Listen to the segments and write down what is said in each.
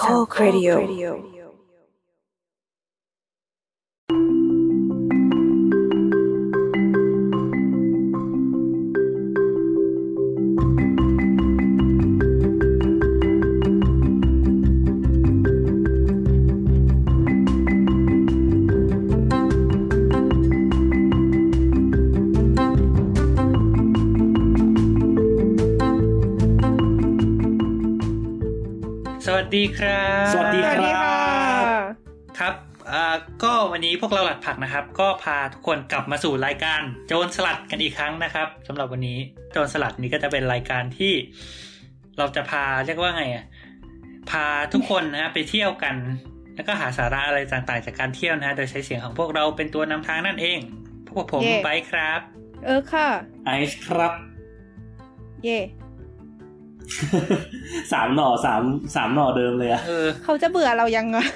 Talk Radio สวัสดีครับสวัสดีครับครับก็วันนี้พวกเราหลัดผักนะครับก็พาทุกคนกลับมาสู่รายการโจรสลัดกันอีกครั้งนะครับสำหรับวันนี้โจรสลัดนี้ก็จะเป็นรายการที่เราจะพาเรียกว่าไงพาทุกคนนะไปเที่ยวกันแล้วก็หาสาระอะไรต่างๆจากการเที่ยวนะโดยใช้เสียงของพวกเราเป็นตัวนำทางนั่นเองพวกผมไบค์ครับค่ะไอซ์ครับเย่สามหน่อเดิมเลยอะเขาจะเบื่อเรายังอะ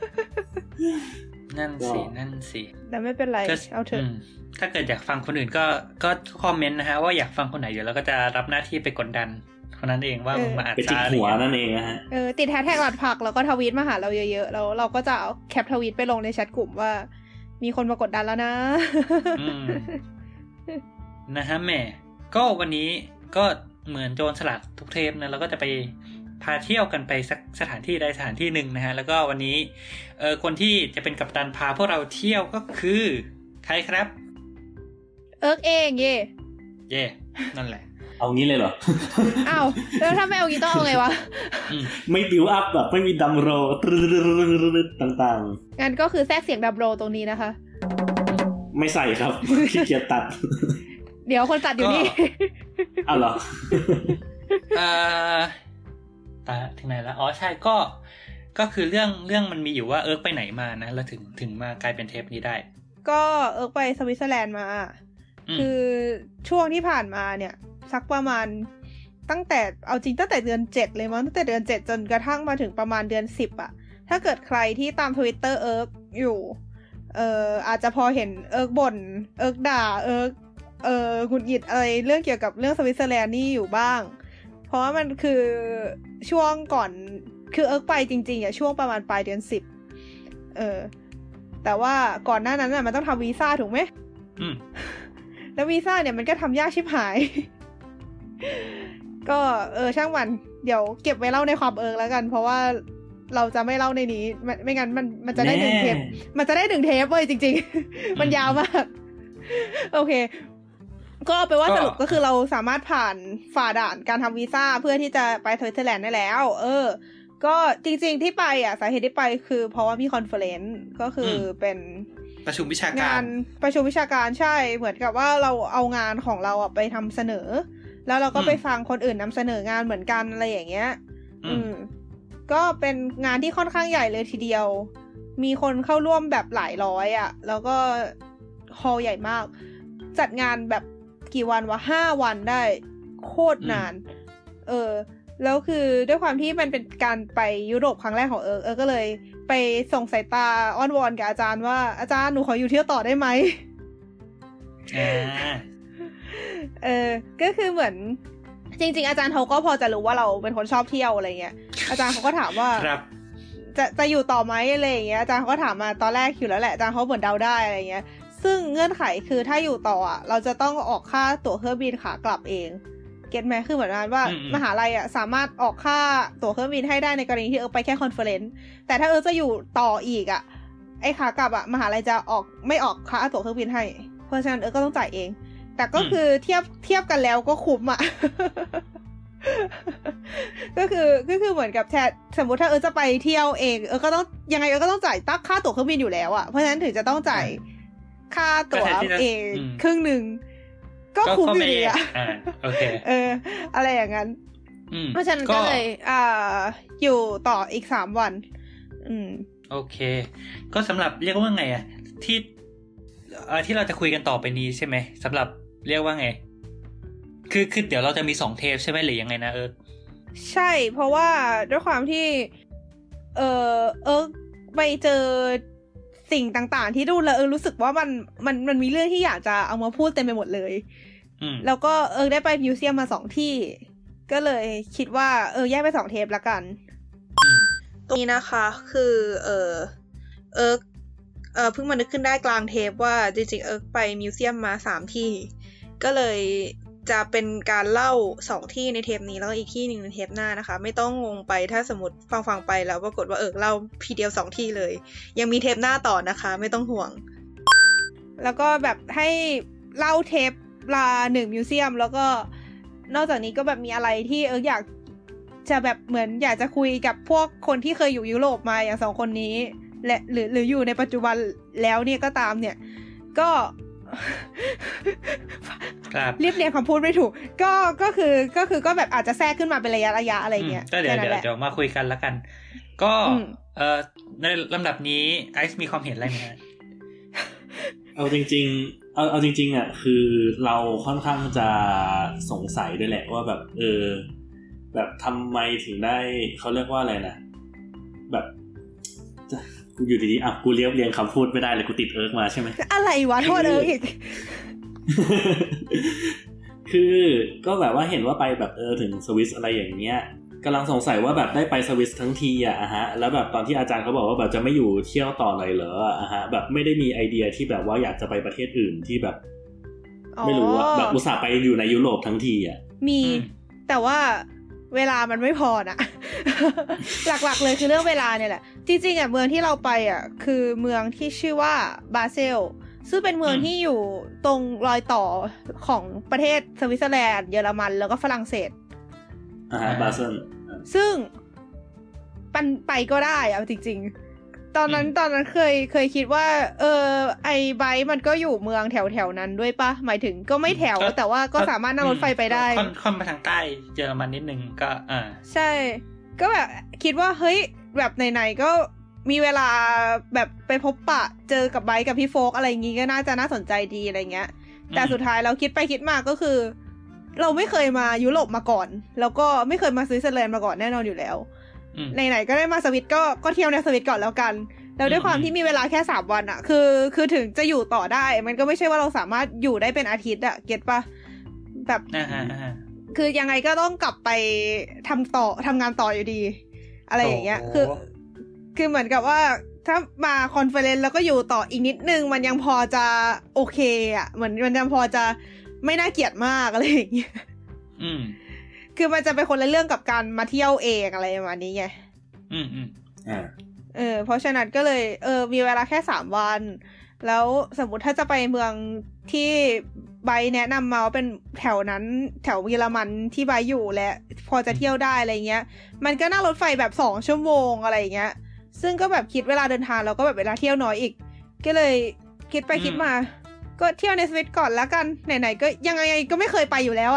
นั่นสิแต่ไม่เป็นไรเอาเถอะถ้าเกิดอยากฟังคนอื่นก็คอมเมนต์นะฮะว่าอยากฟังคนไหนเดี๋ยวเราก็จะรับหน้าที่ไปกดดันคนนั้นเองว่ามึงมาอัดช้าหัวนั่นเองนะฮะติดแฮชแท็กหลัดผักแล้วก็ทวีตมาหาเราเยอะๆแล้วเราก็จะเอาแคปทวีตไปลงในแชทกลุ่มว่ามีคนมากดดันแล้วนะนะฮะแม่ก็วันนี้ก็เหมือนโจรสลัดทุกเทปนะเราก็จะไปพาเที่ยวกันไปสักสถานที่ใดสถานที่หนึ่งนะฮะแล้วก็วันนี้คนที่จะเป็นกัปตันพาพวกเราเที่ยวก็คือใครครับเองเย่นั่นแหละเอางี้เลยเหรออ้าวแล้วถ้าไม่เอางี้ต้องเอาไงวะไม่บิวอัพแบบไม่มีดัมโรต่างๆงั้นก็คือแทรกเสียงดัมโรตรงนี้นะคะไม่ใส่ครับขี้เกียจตัดเดี๋ยวคนตัดอยู่นี่อ้าวเหรอตาถึงไหนแล้วอ๋อใช่ก็คือเรื่องมันมีอยู่ว่าไปไหนมานะแล้วถึงมากลายเป็นเทปนี้ได้ก็ไปสวิตเซอร์แลนด์มาคือช่วงที่ผ่านมาเนี่ยสักประมาณตั้งแต่เดือน7เลยมั้งตั้งแต่เดือน7จนกระทั่งมาถึงประมาณเดือน10อ่ะถ้าเกิดใครที่ตาม Twitter อยู่อาจจะพอเห็นบ่นด่าหงุดหงิดอะไรเรื่องเกี่ยวกับเรื่องสวิตเซอร์แลนด์นี่อยู่บ้างเพราะว่ามันคือช่วงก่อนคือไปจริงๆอ่ะช่วงประมาณปลายเดือน10แต่ว่าก่อนหน้านั้นน่ะมันต้องทำวีซ่าถูกไหมแล้ววีซ่าเนี่ยมันก็ทำยากชิบหายก็ช่างมันเดี๋ยวเก็บไว้เล่าในความแล้วกันเพราะว่าเราจะไม่เล่าในนี้ไม่งั้นมันจะได้1เทปมันจะได้1เทปเว้ยจริงๆมันยาวมากโอเคก็ไปว่าสรุปก็คือเราสามารถฝ่าด่านการทำวีซ่าเพื่อที่จะไปสวิตเซอร์แลนด์ได้แล้วก็จริงๆที่ไปอ่ะสาเหตุที่ไปคือเพราะว่ามีคอนเฟอเรนซ์ก็คือเป็นประชุมวิชาการงานประชุมวิชาการใช่เหมือนกับว่าเราเอางานของเราอ่ะไปทำเสนอแล้วเราก็ไปฟังคนอื่นนำเสนองานเหมือนกันอะไรอย่างเงี้ยก็เป็นงานที่ค่อนข้างใหญ่เลยทีเดียวมีคนเข้าร่วมแบบหลายร้อยอ่ะแล้วก็ฮอลล์ใหญ่มากจัดงานแบบกี่วันวะ5วันได้โคตรนานแล้วคือด้วยความที่มันเป็นการไปยุโรปครั้งแรกของก็เลยไปส่งสายตาอ้อนวอนกับอาจารย์ว่าอาจารย์หนูขออยู่เที่ยวต่อได้ไหมก็คือเหมือนจริงๆอาจารย์เขาก็พอจะรู้ว่าเราเป็นคนชอบเที่ยวอะไรเงี้ยอาจารย์เขาก็ถามว่าจะอยู่ต่อไหมอะไรอย่างเงี้ยอาจารย์เขาก็ถามมาตอนแรกอยู่แล้วแหละอาจารย์เขาเหมือนเดาได้อะไรเงี้ยซึ่งเงื่อนไขคือถ้าอยู่ต่ออ่ะเราจะต้องออกค่าตั๋วเครื่องบินขากลับเองเก็ทไหมคือเหมือนกันว่ามหาลัยอ่ะสามารถออกค่าตั๋วเครื่องบินให้ได้ในกรณีที่ไปแค่คอนเฟอเรนซ์แต่ถ้าจะอยู่ต่ออีกอ่ะไอ้ขากลับอ่ะมหาลัยจะไม่ออกค่าตั๋วเครื่องบินให้เพราะฉะนั้นก็ต้องจ่ายเองแต่ก็คือเทียบกันแล้วก็คุ้มอ่ะ ก็คือเหมือนกับสมมติถ้าจะไปเที่ยวเองก็ต้องยังไงก็ต้องจ่ายตั้งค่าตั๋วเครื่องบินอยู่แล้วอ่ะเพราะฉะนั้นถึงจะต้องจ่ายค่าตั๋วเองครึ่งนึงก็คุ้มอยู่ดีอ่ะโอเคอะไรอย่างนั้นเพราะฉะนั้นก็เลยอยู่ต่ออีก3วันโอเคก็สำหรับเรียกว่าไงอ่ะที่เราจะคุยกันต่อไปนี้ใช่ไหมสำหรับเรียกว่าไงคือเดี๋ยวเราจะมี2เทปใช่ไหมหรือยังไงนะใช่เพราะว่าด้วยความที่ไปเจอสิ่งต่างๆที่ดูแล้วรู้สึกว่ามันมีเรื่องที่อยากจะเอามาพูดเต็มไปหมดเลยแล้วก็ได้ไปมิวเซียมมา2ที่ก็เลยคิดว่าแยกไป2เทปละกันตรงนี้นะคะคือเพิ่งมานึกขึ้นได้กลางเทปว่าจริงๆไปมิวเซียมมา3ที่ก็เลยจะเป็นการเล่า2ที่ในเทปนี้แล้วก็อีกที่นึงในเทปหน้านะคะไม่ต้องงงไปถ้าสมมติฟังไปแล้วปรากฏว่าเล่าทีเดียว2ที่เลยยังมีเทปหน้าต่อนะคะไม่ต้องห่วงแล้วก็แบบให้เล่าเทปละ1มิวเซียมแล้วก็นอกจากนี้ก็แบบมีอะไรที่อยากจะแบบเหมือนอยากจะคุยกับพวกคนที่เคยอยู่ยุโรปมาอย่าง2คนนี้และหรืออยู่ในปัจจุบันแล้วเนี่ยก็ตามเนี่ยก็เรียบเรียงคำพูดไม่ถูกก็คือก็แบบอาจจะแทรกขึ้นมาเป็นระยะอะไรเงี้ยก็เดี๋ยวมาคุยกันแล้วกันก็ในลำดับนี้ไอซ์มีความเห็นอะไรไหมเอาจริงอ่ะคือเราค่อนข้างจะสงสัยด้วยแหละว่าแบบแบบทำไมถึงได้เขาเรียกว่าอะไรนะแบบกูอยู่ดีๆกูเรียงคำพูดไม่ได้เลยกูติดมาใช่ไหมอะไรวะโทษอีกคือก็แบบว่าเห็นว่าไปแบบถึงสวิสอะไรอย่างเงี้ยกำลังสงสัยว่าแบบได้ไปสวิสทั้งทีฮะแล้วแบบตอนที่อาจารย์เขาบอกว่าแบบจะไม่อยู่เที่ยวต่อเลยเหรอฮะแบบไม่ได้มีไอเดียที่แบบว่าอยากจะไปประเทศอื่นที่แบบไม่รู้ว่าแบบอุตส่าห์ไปอยู่ในยุโรปทั้งทีมีแต่ว่าเวลามันไม่พอนะ หลักๆเลยคือเรื่องเวลาเนี่ยแหละจริงๆเมืองที่เราไปคือเมืองที่ชื่อว่าบาเซลซึ่งเป็นเมืองที่อยู่ตรงรอยต่อของประเทศสวิตเซอร์แลนด์เยอรมันแล้วก็ฝรั่งเศสบาเซลซึ่งปันไปก็ได้เอาจริงๆตอนนั้นเคยคิดว่าไอ้ไบค์มันก็อยู่เมืองแถวๆนั้นด้วยปะหมายถึงก็ไม่แถวแต่ว่าก็สามารถนั่งรถไฟไปได้ค่อนไปทางใต้เยอรมันนิดนึงก็ใช่ก็แบบคิดว่าเฮ้ยแบบไหนๆก็มีเวลาแบบไปพบปะเจอกับไบค์กับพี่โฟกอะไรอย่างงี้ก็น่าจะน่าสนใจดีอะไรเงี้ยแต่สุดท้ายเราคิดไปคิดมาก็คือเราไม่เคยมายุโรปมาก่อนแล้วก็ไม่เคยมาสวิตเซอร์แลนด์มาก่อนแน่นอนอยู่แล้วไหนๆก็ได้มาสวิตก็เที่ยวในสวิตก่อนแล้วกันแล้วด้วยความที่มีเวลาแค่3วันคือถึงจะอยู่ต่อได้มันก็ไม่ใช่ว่าเราสามารถอยู่ได้เป็นอาทิตย์เก็ทป่ะแบบคือยังไงก็ต้องกลับไปทำงานต่ออยู่ดีอะไรอย่างเงี้ยคือเหมือนกับว่าถ้ามาคอนเฟอเรนซ์แล้วก็อยู่ต่ออีกนิดนึงมันยังพอจะโอเคเหมือนมันยังพอจะไม่น่าเกลียดมากอะไรอย่างเงี้ยคือมันจะเป็นคนละเรื่องกับการมาเที่ยวเองอะไรประมาณนี้ไงเพราะฉะนั้นก็เลยมีเวลาแค่3วันแล้วสมมุติถ้าจะไปเมืองที่ใบแนะนำมาว่าเป็นแถวนั้นแถวเยอรมันที่ใบอยู่และพอจะเที่ยวได้อะไรเงี้ยมันก็นั่งรถไฟแบบ2ชั่วโมงอะไรเงี้ยซึ่งก็แบบคิดเวลาเดินทางแล้วก็แบบเวลาเที่ยวน้อยอีกก็เลยคิดไปคิดมาก็เที่ยวในสวิตก่อนแล้วกันไหนๆก็ยังไงก็ไม่เคยไปอยู่แล้ว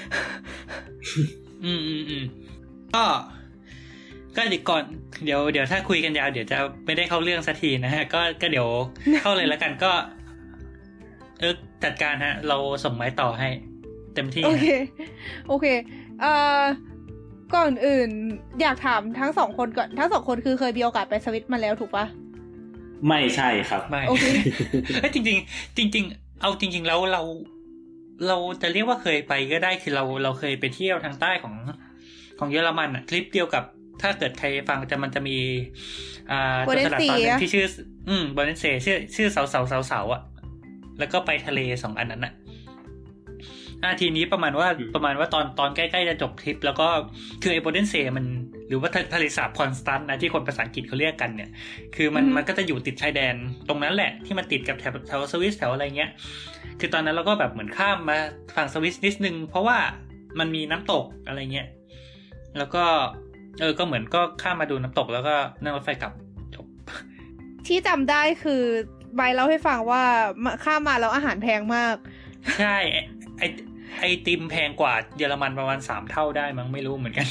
ก็เดี๋ยวก่อนเดี๋ยวถ้าคุยกันยาวเดี๋ยวจะไม่ได้เข้าเรื่องสักทีนะฮะก็เดี๋ยวเข้าเลยแล้วกันก็จัดการฮะเราส่งไม้ต่อให้เต็มที่โอเคก่อนอื่นอยากถามทั้ง2คนก่อนทั้ง2คนคือเคยมีโอกาสไปสวิตมาแล้วถูกปะไม่ใช่ครับไม่โอเคจริงเอาจริงๆแล้วเราจะเรียกว่าเคยไปก็ได้คือเราเคยไปเที่ยวทางใต้ของเยอรมันคลิปเดียวกับถ้าเกิดใครฟังมันจะมีตัวสลัดตอนนึงที่ชื่อบอเนเซ่ชื่อเสาแล้วก็ไปทะเล2อันนั้นทีนี้ประมาณว่าตอนใกล้ๆจะจบทริปแล้วก็คือไอ้บอเนเซ่มันหรือว่าทะเลสาบคอนสแตนต์นะที่คนภาษาอังกฤษเขาเรียกกันเนี่ยคือมันก็จะอยู่ติดชายแดนตรงนั้นแหละที่มันติดกับแถวสวิสแถวอะไรเงี้ยคือตอนนั้นเราก็แบบเหมือนข้ามมาฝั่งสวิสนิดนึงเพราะว่ามันมีน้ำตกอะไรเงี้ยแล้วก็ก็เหมือนก็ข้ามมาดูน้ำตกแล้วก็นั่งรถไฟกลับจบที่จำได้คือใบเล่าให้ฟังว่าข้ามมาแล้วอาหารแพงมากใช่ไอติมแพงกว่าเยอรมันประมาณ3เท่าได้มั้งไม่รู้เหมือนกัน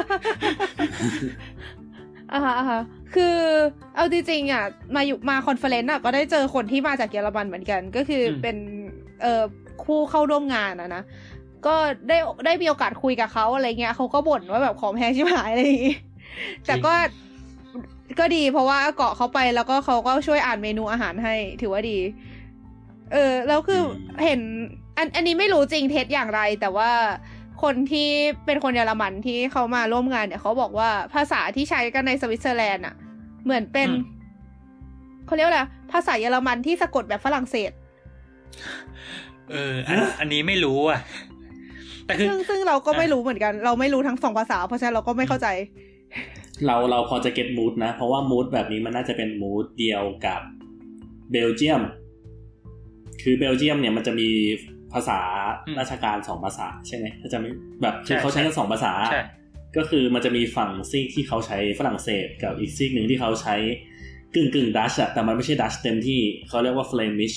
คือเอาจริงๆมาคอนเฟอเรนซ์ก็ได้เจอคนที่มาจากเยอรมันเหมือนกันก็คือเป็นคู่เข้าร่วมงานนะก็ได้มีโอกาสคุยกับเขาอะไรเงี้ยเขาก็บ่นว่าแบบของแพงชิบหายอะไรอย่างงี้แต่ก็ดีเพราะว่าเกาะเขาไปแล้วก็เขาก็ช่วยอ่านเมนูอาหารให้ถือว่าดีแล้วคือเห็นอันนี้ไม่รู้จริงเท็จอย่างไรแต่ว่าคนที่เป็นคนเยอรมันที่เขามาร่วมงานเนี่ยเขาบอกว่าภาษาที่ใช้กันในสวิตเซอร์แลนด์อ่ะเหมือนเป็นเขาเรียกว่าอะไรภาษาเยอรมันที่สะกดแบบฝรั่งเศสอันนี้ไม่รู้อ่ะแต่คือซึ่งเราก็ไม่รู้เหมือนกันเราไม่รู้ทั้ง2ภาษาเพราะฉะนั้นเราก็ไม่เข้าใจเราพอจะเก็ตมูดนะเพราะว่ามูดแบบนี้มันน่าจะเป็นมูดเดียวกับเบลเยียมคือเบลเยียมเนี่ยมันจะมีภาษาราชการ2ภาษาใช่ไหมถ้าจะไม่แบบคือเขาใช้กัน2ภาษาก็คือมันจะมีฝั่งซีกที่เขาใช้ฝรั่งเศสกับอีกซีกหนึ่งที่เขาใช้กึ่งดัชแต่มันไม่ใช่ดัชเต็มที่เขาเรียกว่าเฟลมิช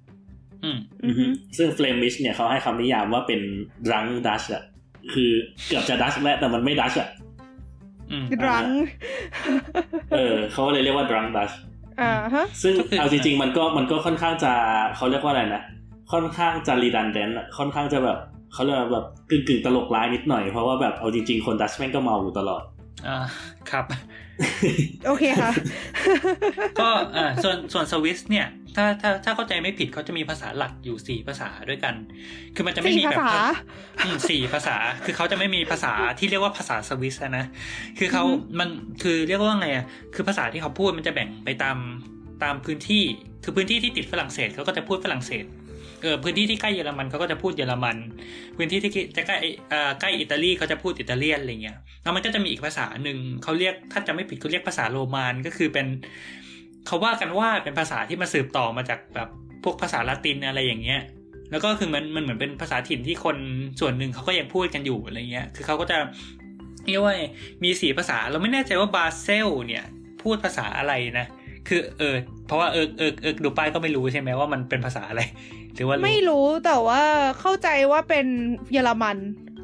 ซึ่งเฟลมิชเนี่ยเขาให้คำนิยามว่าเป็นรังดัชอะคือเกือบจะดัชแล้วแต่มันไม่ดัชอะรังเขาเลยเรียกว่ารังดัชซึ่งเอาจริงๆมันก็ค่อนข้างจะเขาเรียกว่าอะไรนะค่อนข้างจะ redundant ค่อนข้างจะแบบเขาเรียกว่าแบบกึ่งตลกร้ายนิดหน่อยเพราะว่าแบบเอาจริงๆคนดัชแม่งก็เมาอยู่ตลอดครับโอเคค่ะก็ส่วนสวิสเนี่ยถ้าเข้าใจไม่ผิดเขาจะมีภาษาหลักอยู่4ภาษาด้วยกันคือมันจะไม่มีแบบ4ภาษาคือเขาจะไม่มีภาษาที่เรียกว่าภาษาสวิสนะคือเขามันคือเรียกว่าไงอ่ะคือภาษาที่เขาพูดมันจะแบ่งไปตามพื้นที่คือพื้นที่ที่ติดฝรั่งเศสเขาก็จะพูดฝรั่งเศสพื้นที่ที่ใกล้เยอรมันเขาก็จะพูดเยอรมันพื้นที่ที่จะใกล้อิตาลีเขาจะพูดอิตาเลียนอะไรเงี้ยแล้วมันก็จะมีอีกภาษาหนึ่งเขาเรียกถ้าจำไม่ผิดเขาเรียกภาษาโรมันก็คือเป็นเขาว่ากันว่าเป็นภาษาที่มาสืบต่อมาจากแบบพวกภาษาละตินอะไรอย่างเงี้ยแล้วก็คือมันเหมือนเป็นภาษาถิ่นที่คนส่วนหนึ่งเขาก็ยังพูดกันอยู่อะไรเงี้ยคือเขาก็จะเรียกว่ามี4ภาษาเราไม่แน่ใจว่าบาเซลเนี่ยพูดภาษาอะไรนะคือเพราะว่าดูป้ายก็ไม่รู้ใช่ไหมว่ามันเป็นภาษาอะไรหรือว่าไม่รู้แต่ว่าเข้าใจว่าเป็นเยอรมัน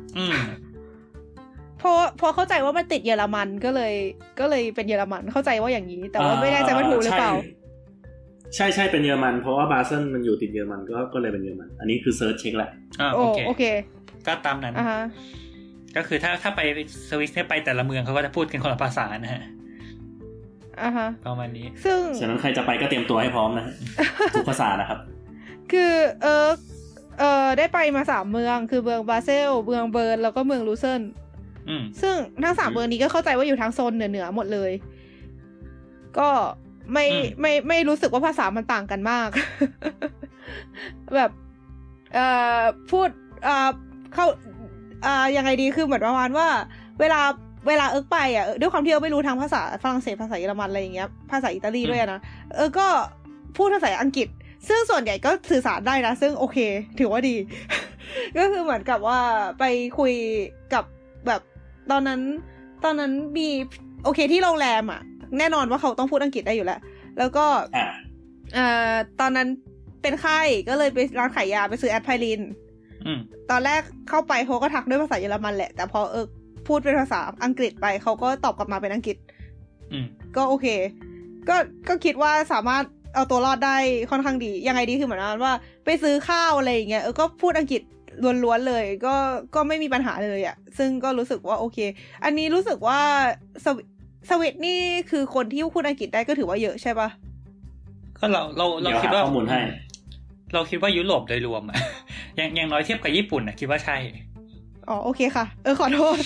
เพราะเข้าใจว่ามันติดเยอรมันก็เลยเป็นเยอรมันเข้าใจว่าอย่างนี้แต่ว่าไม่แน่ใจว่าถูกหรือเปล่าใช่เป็นเยอรมันเพราะว่าบาเซลมันอยู่ติดเยอรมันก็เลยเป็นเยอรมันอันนี้คือเซิร์ชเช็คแหละโอเคก็ตามนั้นก็คือถ้าไปสวิสเนี่ยไปแต่ละเมืองเขาก็จะพูดกันคนละภาษานะฮะประมาณนี้ซึ่งฉะนั้นใครจะไปก็เตรียมตัวให้พร้อมนะทุกภาษานะครับคือได้ไปมา3เมืองคือเมืองบาเซลเมืองเบิร์นแล้วก็เมืองลูเซิร์นซึ่งทั้ง3เมืองนี้ก็เข้าใจว่าอยู่ทางโซนเหนือหมดเลยก็ไม่รู้สึกว่าภาษามันต่างกันมากแบบพูดเข้ายังไงดีคือเหมือนประมาณว่าเวลาไปอ่ะด้วยความที่ไม่รู้ทั้งภาษาฝรั่งเศสภาษาเยอรมันอะไรอย่างเงี้ยภาษาอิตาลีด้วยนะก็พูดภาษาอังกฤษซึ่งส่วนใหญ่ก็สื่อสารได้นะซึ่งโอเคถือว่าดี ก็คือเหมือนกับว่าไปคุยกับแบบตอนนั้นมีโอเคที่โรงแรมอ่ะแน่นอนว่าเขาต้องพูดอังกฤษได้อยู่แล้วก็ตอนนั้นเป็นไข้ก็เลยไปร้านขายยาไปซื้อแอสไพรินตอนแรกเข้าไปเขาก็ทักด้วยภาษาเยอรมันแหละแต่พอพูดเป็นภาษาอังกฤษไปเขาก็ตอบกลับมาเป็นอังกฤษก็โอเคก็คิดว่าสามารถเอาตัวรอดได้ค่อนข้างดียังไงดีคือเหมือนว่าไปซื้อข้าวอะไรอย่างเงี้ยก็พูดอังกฤษล้วนๆเลยก็ไม่มีปัญหาเลยอ่ะซึ่งก็รู้สึกว่าโอเคอันนี้รู้สึกว่าสวิตนี่คือคนที่พูดอังกฤษได้ก็ถือว่าเยอะใช่ปะก็เราคิดว่าเราคิดว่ายุโรปโดยรวมอ่ะอย่างน้อยเทียบกับญี่ปุ่นอ่ะคิดว่าใช่โอเคค่ะขอโทษ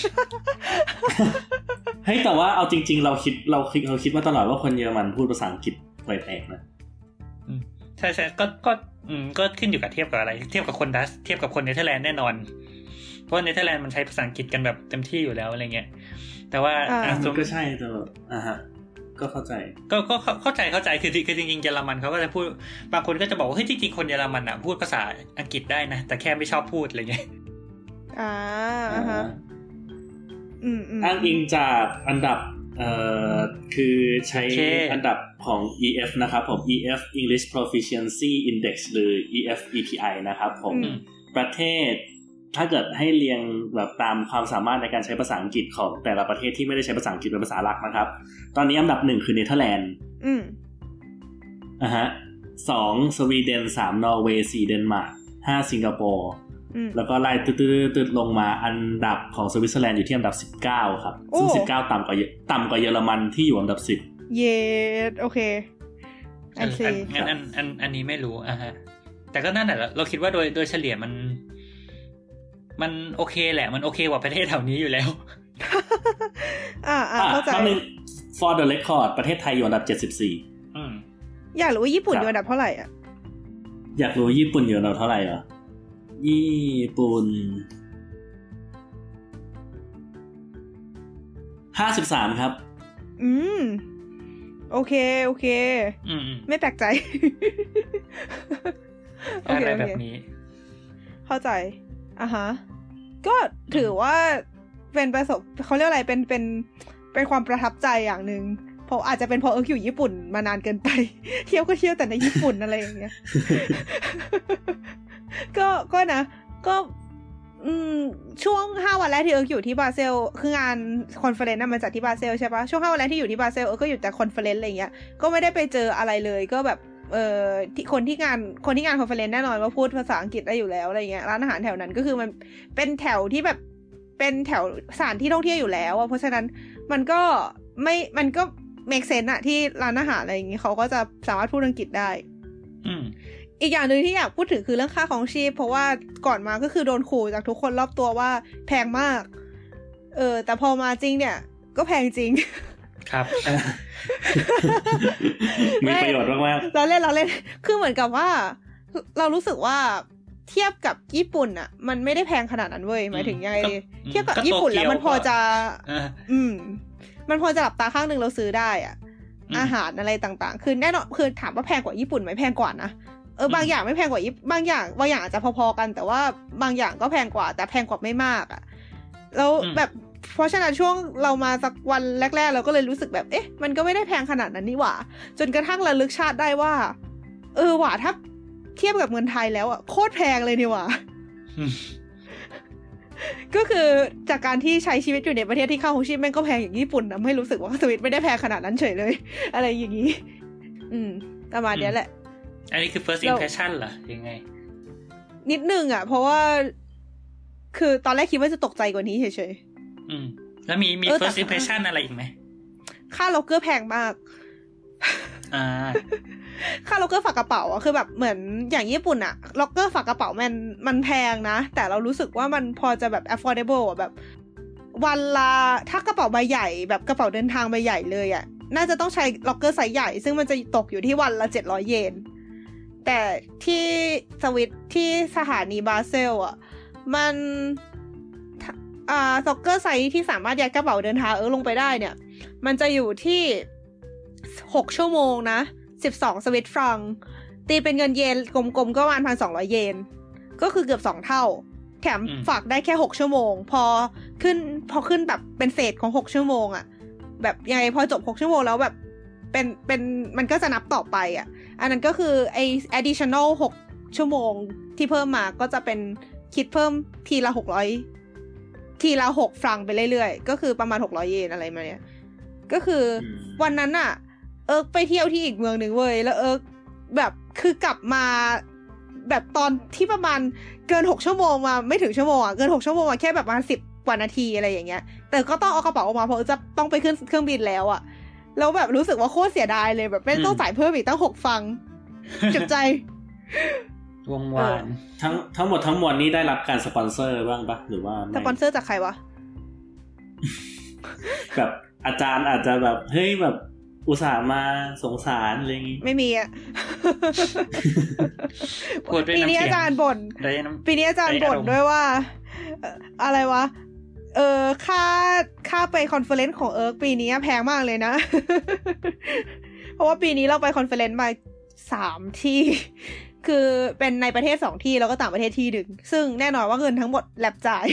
เฮ้ยแต่ว่าเอาจริงๆเราคิดมาตลอดว่าคนเยอรมันพูดภาษาอังกฤษแปลกๆนะใช่ๆก็ขึ้นอยู่กับเทียบกับอะไรเทียบกับคนดัชเทียบกับคนเนเธอร์แลนด์แน่นอนเพราะเนเธอร์แลนด์มันใช้ภาษาอังกฤษกันแบบเต็มที่อยู่แล้วอะไรเงี้ยแต่ว่าก็ใช่แต่ฮะก็เข้าใจก็เข้าใจคือจริงๆเยอรมันเขาก็จะพูดบางคนก็จะบอกว่าเฮ้ยจริงๆคนเยอรมันอ่ะพูดภาษาอังกฤษได้นะแต่แค่ไม่ชอบพูดอะไรเงี้ยอ้างอิงจากอันดับคือใช้อันดับของ EF นะครับผม EF English Proficiency Index หรือ EFEPI นะครับผมประเทศถ้าเกิดให้เรียงแบบตามความสามารถในการใช้ภาษาอังกฤษของแต่ละประเทศที่ไม่ได้ใช้ภาษาอังกฤษเป็นภาษาหลักนะครับตอนนี้อันดับ1คือเนเธอร์แลนด์2สวีเดน3นอร์เวย์4เดนมาร์ก5สิงคโปร์แล้วก็ไล่ตืดๆลงมาอันดับของสวิตเซอร์แลนด์อยู่ที่อันดับ19ครับซึ่ง19ต่ำกว่าเยอรมันที่อยู่อันดับ10 เย้โอเคอันนี้ไม่รู้ฮะแต่ก็นั่นแหละเราคิดว่าโดยเฉลี่ยมันโอเคแหละมันโอเคกว่าประเทศแถวนี้อยู่แล้วเข้าใจ for the record ประเทศไทยอยู่อันดับ74 อยากรู้ว่าญี่ปุ่นอยู่อันดับเท่าไหร่อ่ะอยากรู้ญี่ปุ่นอยู่อันดับเท่าไหร่เหรอญี่ปุ่น53ครับโอเคไม่แปลกใจโอเคแบบนี้เข้าใจก็ถือว่าเป็นประสบเขาเรียกอะไรเป็นความประทับใจอย่างนึงเพราะอาจจะเป็นเพราะอยู่ญี่ปุ่นมานานเกินไปเที่ยวก็เที่ยวแต่ในญี่ปุ่นอะไรอย่างเงี้ยก็นะก็ช่วง5วันแรกที่อยู่ที่บาเซลคืองานคอนเฟอเรนซ์มันจัดที่บาเซลใช่ปะช่วง5วันแรกที่อยู่ที่บาเซลก็อยู่แต่คอนเฟอเรนซ์อะไรอย่างเงี้ยก็ไม่ได้ไปเจออะไรเลยก็แบบที่คนที่งานคอนเฟอเรนซ์แน่นอนว่าพูดภาษาอังกฤษได้อยู่แล้วอะไรเงี้ยร้านอาหารแถวนั้นก็คือมันเป็นแถวที่แบบเป็นแถวสถานที่ท่องเที่ยวอยู่แล้วเพราะฉะนั้นมันก็make sense อะที่ร้านอาหารอะไรอย่างงี้เขาก็จะสามารถพูดอังกฤษได้อีกอย่างนึงที่อยากพูดถึงคือเรื่องค่าของชีพเพราะว่าก่อนมาก็คือโดนขู่จากทุกคนรอบตัวว่าแพงมากแต่พอมาจริงเนี่ยก็แพงจริงครับมีประโยชน์มากๆเราเล่นคือเหมือนกับว่าเรารู้สึกว่าเทียบกับญี่ปุ่นอ่ะมันไม่ได้แพงขนาดนั้นเว้ยหมายถึงยังไงเทียบกับญี่ปุ่นแล้วมันพอจะมันพอจะหลับตาข้างนึงเราซื้อได้อ่ะอาหารอะไรต่างๆคือแน่นอนคือถามว่าแพงกว่าญี่ปุ่นไหมแพงกว่านะบางอย่างไม่แพงกว่าบางอย่างอาจจะพอๆกันแต่ว่าบางอย่างก็แพงกว่าแต่แพงกว่าไม่มากอ่ะแล้วแบบเพราะฉะนั้นช่วงเรามาสักวันแรกๆเราก็เลยรู้สึกแบบมันก็ไม่ได้แพงขนาดนั้นนี่หว่าจนกระทั่งระลึกชาติได้ว่าหว่าถ้าเทียบกับเงินไทยแล้วอ่ะโคตรแพงเลยนี่หว่าก็คือจากการที่ใช้ชีวิตอยู่ในประเทศที่ค่าของชีพแม่งก็แพงอย่างญี่ปุ่นนะไม่รู้สึกว่าสวิตไม่ได้แพงขนาดนั้นเฉยเลยอะไรอย่างนี้ประมาณนี้แหละอันนี้คือ first impression เหรอยังไงนิดนึงอ่ะเพราะว่าคือตอนแรกคิดว่าจะตกใจกว่านี้เฉยๆแล้วมี first impression อะไรอีกไหมค่าล็อกเกอร์แพงมากค่าล็อกเกอร์ฝากกระเป๋าอ่ะคือแบบเหมือนอย่างญี่ปุ่นอ่ะล็อกเกอร์ฝากกระเป๋ามันแพงนะแต่เรารู้สึกว่ามันพอจะแบบ affordable อ่ะแบบวันละถ้ากระเป๋าใบใหญ่แบบกระเป๋าเดินทางใบใหญ่เลยอ่ะน่าจะต้องใช้ล็อกเกอร์ไซส์ใหญ่ซึ่งมันจะตกอยู่ที่วันละ700 เยนแต่ที่สวิตที่สถานีบาเซลอ่ะมันล็อกเกอร์ไซส์ที่สามารถยัดกระเป๋าเดินทางลงไปได้เนี่ยมันจะอยู่ที่6 ชั่วโมงนะ12 สวิตฟรังตีเป็นเงินเยนกลมๆก็ประมาณ 1,200 เยนก็คือเกือบ2 เท่าแถมฝากได้แค่6 ชั่วโมงพอขึ้นแบบเป็นเศษของ6 ชั่วโมงอ่ะแบบยังไงพอจบ6 ชั่วโมงแล้วแบบเป็นมันก็จะนับต่อไปอ่ะอันนั้นก็คือไอ้ additional 6 ชั่วโมงที่เพิ่มมาก็จะเป็นคิดเพิ่มทีละ600ทีละ6 ฟรังไปเรื่อยๆก็คือประมาณ600 เยนอะไรมาเนี่ยก็คือวันนั้นน่ะไปเที่ยวที่อีกเมืองหนึ่งเว้ยแล้วแบบคือกลับมาแบบตอนที่ประมาณเกิน6 ชั่วโมงมาไม่ถึงชั่วโมงอ่ะเกิน6 ชั่วโมงมาแค่แบบประมาณ10 กว่านาทีอะไรอย่างเงี้ยแต่ก็ต้องเอากระเป๋าออกมาเพราะจะต้องไปขึ้นเครื่องบินแล้วอ่ะแล้วแบบรู้สึกว่าโคตรเสียดายเลยแบบไม่ต้องจ่ายเพิ่มอีกตั้ง6 ฟรังเจ็บใจวงวานทั้งหมดทั้งมวลนี้ได้รับการสปอนเซอร์บ้างปะหรือว่าสปอนเซอร์จากใครวะแบบอาจารย์อาจจะแบบเฮ้ยแบบอุตส่าห์มาสงสารอะไรอย่างงี้ไม่มีอ่ะปีนี้อาจารย์บ่นปีนี้อาจารย์บ่นด้วยว่าอะไรวะค่าไปคอนเฟอเรนซ์ของปีนี้แพงมากเลยนะเพราะว่าปีนี้เราไปคอนเฟอเรนซ์มา3 ที่คือเป็นในประเทศ2 ที่แล้วก็ต่างประเทศที่ 1ซึ่งแน่นอนว่าเงินทั้งหมดแลบจ่าย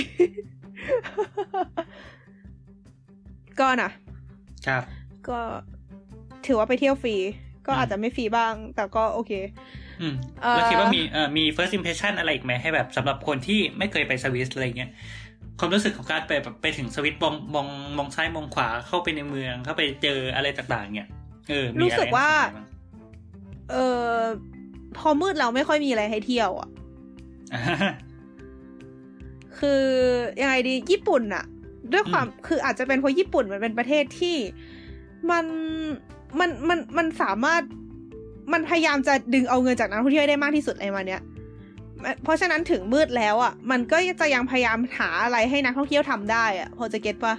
ก็นะครับก็ถือว่าไปเที่ยวฟรีก็อาจจะไม่ฟรีบ้างแต่ก็โอเคแล้วคิดว่ามี first impression อะไรอีกไหมให้แบบสำหรับคนที่ไม่เคยไปสวิสอะไรเงี้ยความรู้สึกของการไปถึงสวิตมองซ้ายมองขวาเข้าไปในเมืองเข้าไปเจออะไรต่างๆเนี่ยรู้สึกว่าพอมืดเราไม่ค่อยมีอะไรให้เที่ยวอ่ะคือยังไงดีญี่ปุ่นอ่ะด้วยความคืออาจจะเป็นเพราะญี่ปุ่นมันเป็นประเทศที่มันสามารถมันพยายามจะดึงเอาเงินจากนักท่องเที่ยวได้มากที่สุดอะไรมาเนี้ยเพราะฉะนั้นถึงมืดแล้วอ่ะมันก็จะยังพยายามหาอะไรให้นักท่องเที่ยวทำได้อ่ะพอจะเก็ตปะ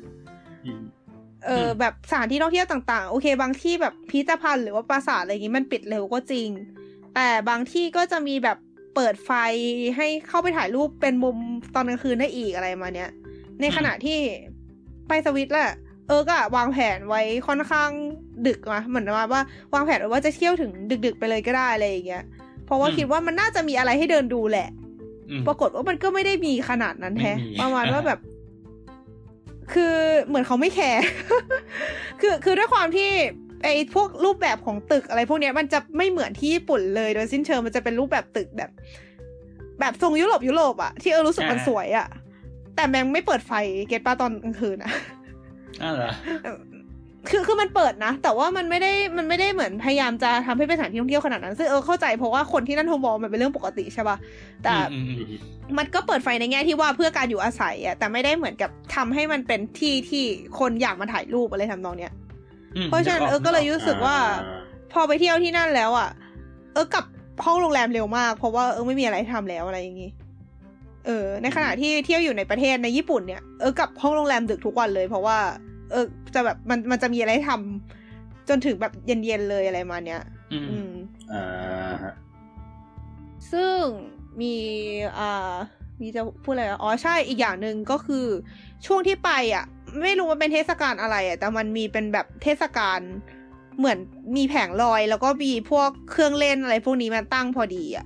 แบบสถานที่ท่องเที่ยวต่างๆโอเคบางที่แบบพิพิธภัณฑ์หรือว่าปราสาทอะไรอย่างงี้มันปิดเร็วก็จริงแต่บางที่ก็จะมีแบบเปิดไฟให้เข้าไปถ่ายรูปเป็นมุมตอนกลางคืนได้อีกอะไรมาเนี้ยในขณะที่ไปสวิตแหละก็วางแผนไว้ค่อนข้างดึกนะเหมือนว่าวางแผนไว้ว่าจะเที่ยวถึงดึกๆไปเลยก็ได้อะไรอย่างเงี้ยเพราะว่าคิดว่ามันน่าจะมีอะไรให้เดินดูแหละปรากฏว่ามันก็ไม่ได้มีขนาดนั้นแฮะประมาณว่าแบบคือเหมือนเขาไม่แคร์ คือด้วยความที่ไอ้พวกรูปแบบของตึกอะไรพวกเนี้ยมันจะไม่เหมือนที่ญี่ปุ่นเลยโดยสิ้นเชิงมันจะเป็นรูปแบบตึกแบบทรงยุโรปอะที่รู้สึกมันสวยอะแต่แม่งไม่เปิดไฟเก็ตป่ะตอนกลางคืนอะเหรอคือมันเปิดนะแต่ว่ามันไม่ได้เหมือนพยายามจะทำให้เป็นสถานที่ท่องเที่ยวขนาดนั้นซึ่งเข้าใจเพราะว่าคนที่นั่นโฮมอลมันเป็นเรื่องปกติใช่ป่ะแต่มันก็เปิดไฟในแง่ที่ว่าเพื่อการอยู่อาศัยอะแต่ไม่ได้เหมือนกับทำให้มันเป็นที่คนอยากมาถ่ายรูปอะไรทำนองเนี้ยเพราะฉะนั้นก็เลยรู้สึกว่าพอไปเที่ยวที่นั่นแล้วอ่ะกลับห้องโรงแรมเร็วมากเพราะว่าไม่มีอะไรทำแล้วอะไรอย่างงี้ในขณะที่เที่ยวอยู่ในประเทศในญี่ปุ่นเนี่ยกลับห้องโรงแรมดึกทุกวันเลยเพราะว่าจะแบบมันจะมีอะไรทำจนถึงแบบเย็นๆเลยอะไรมาเนี้ยซึ่งมีจะพูดอะไรใช่อีกอย่างนึงก็คือช่วงที่ไปอ่ะไม่รู้ว่าเป็นเทศกาลอะไรอ่ะแต่มันมีเป็นแบบเทศกาลเหมือนมีแผงลอยแล้วก็มีพวกเครื่องเล่นอะไรพวกนี้มันตั้งพอดีอ่ะ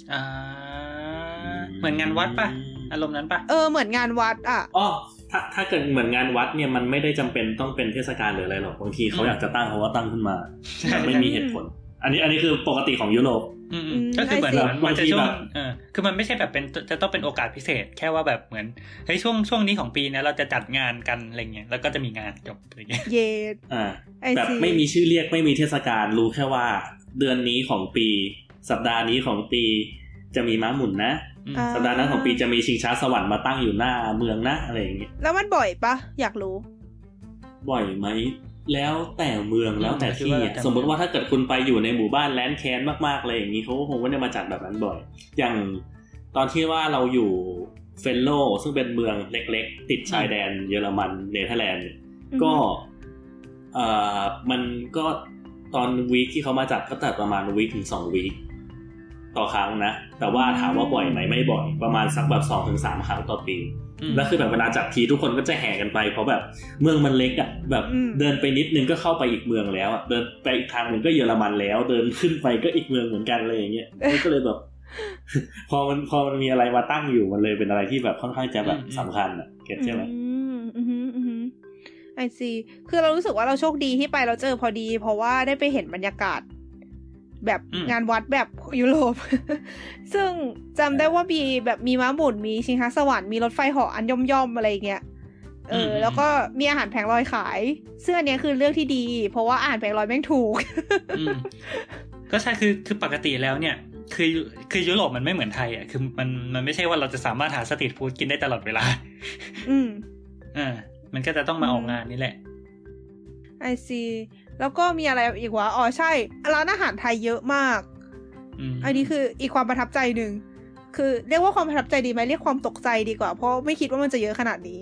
เหมือนงานวัดป่ะอารมณ์นั้นป่ะเหมือนงานวัดอ่ะถ้าเกิดเหมือนงานวัดเนี่ยมันไม่ได้จำเป็นต้องเป็นเทศกาลหรืออะไรหรอกบางทีเขาอยากจะตั้งเขาว่าตั้งขึ้นมาไม่มีเหตุผลอันนี้คือปกติของยุโรปก็คือเหมือนมันจะช่วงคือมันไม่ใช่แบบเป็นจะต้องเป็นโอกาสพิเศษแค่ว่าแบบเหมือนเฮ้ยช่วงนี้ของปีนะเราจะจัดงานกันอะไรเงี้ยแล้วก็จะมีงานจบอะไรเงี้ยแบบไม่มีชื่อเรียกไม่มีเทศกาลรู้แค่ว่าเดือนนี้ของปีสัปดาห์นี้ของปีจะมีม้าหมุนนะสัปดาห์นั้นของปีจะมีชิงช้าสวรรค์มาตั้งอยู่หน้าเมืองนะอะไรอย่างเงี้ยแล้วมันบ่อยปะอยากรู้บ่อยไหมแล้วแต่เมืองแล้วแต่ที่สมมติว่าถ้าเกิดคุณไปอยู่ในหมู่บ้านแลนด์แคนมากๆเลยอย่างนี้เขาก็คงไม่ได้มาจัดแบบนั้นบ่อยอย่างตอนที่ว่าเราอยู่เฟนโลซึ่งเป็นเมืองเล็กๆติดชายแดนเยอรมันเนเธอร์แลนด์ก็มันก็ตอนวีคที่เขามาจัดก็จัดประมาณวีคถึง2วีคต่อครั้งนะแต่ว่าถามว่าบ่อยไหมไม่บ่อยประมาณสักแบบ 2-3 ครั้งต่อปีแล้วคือแบบเวลาจัดทีทุกคนก็จะแห่กันไปเพราะแบบเมืองมันเล็กอ่ะแบบเดินไปนิดนึงก็เข้าไปอีกเมืองแล้วเดินไปอีกทางนึงก็เยอรมันแล้วเดินขึ้นไปก็อีกเมืองเหมือนกันเลยอย่างเงี้ยก็เลยแบบพอมันมีอะไรมาตั้งอยู่มันเลยเป็นอะไรที่แบบค่อนข้างจะแบบสำคัญอ่ะเก็ตใช่ไหมไอซีคือเรารู้สึกว่าเราโชคดีที่ไปเราเจอพอดีเพราะว่าได้ไปเห็นบรรยากาศแบบงานวัดแบบยุโรป ซึ่งจำได้ว่ามีม้าหมุนมีชิงช้าสวรรค์มีรถไฟเหาะอันย่อมๆอะไรเงี้ยแล้วก็มีอาหารแผงลอยขายซึ่งอันนี้คือเรื่องที่ดีเพราะว่าอาหารแผงลอยแม่งถูกก็ใช่คือปกติแล้วเนี่ยคือยุโรปมันไม่เหมือนไทยอ่ะคือมันไม่ใช่ว่าเราจะสามารถหาสตรีทฟู้ดกินได้ตลอดเวลามันก็จะต้องมาออกงานนี่แหละไอซีแล้วก็มีอะไรอีกวะใช่ร้านอาหารไทยเยอะมากอันนี้คืออีกความประทับใจหนึ่งคือเรียกว่าความประทับใจดีไหมเรียกความตกใจดีกว่าเพราะไม่คิดว่ามันจะเยอะขนาดนี้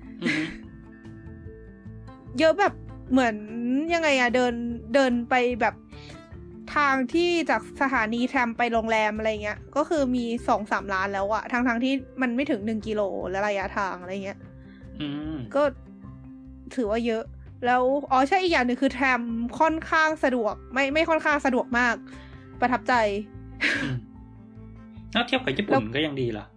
เยอะแบบเหมือนยังไงอะเดินไปแบบทางที่จากสถานีแทรมไปโรงแรมอะไรเงี้ยก็คือมี 2-3 ร้านแล้วอะทั้งที่มันไม่ถึง1 กิโลและระยะทางอะไรเงี้ยก็ถือว่าเยอะแล้วใช่อีกอย่างหนึ่งคือแทรมค่อนข้างสะดวกไม่ค่อนข้างสะดวกมากประทับใจถ้าเทียบกับญี่ปุ่นก็ยังดีเหรอ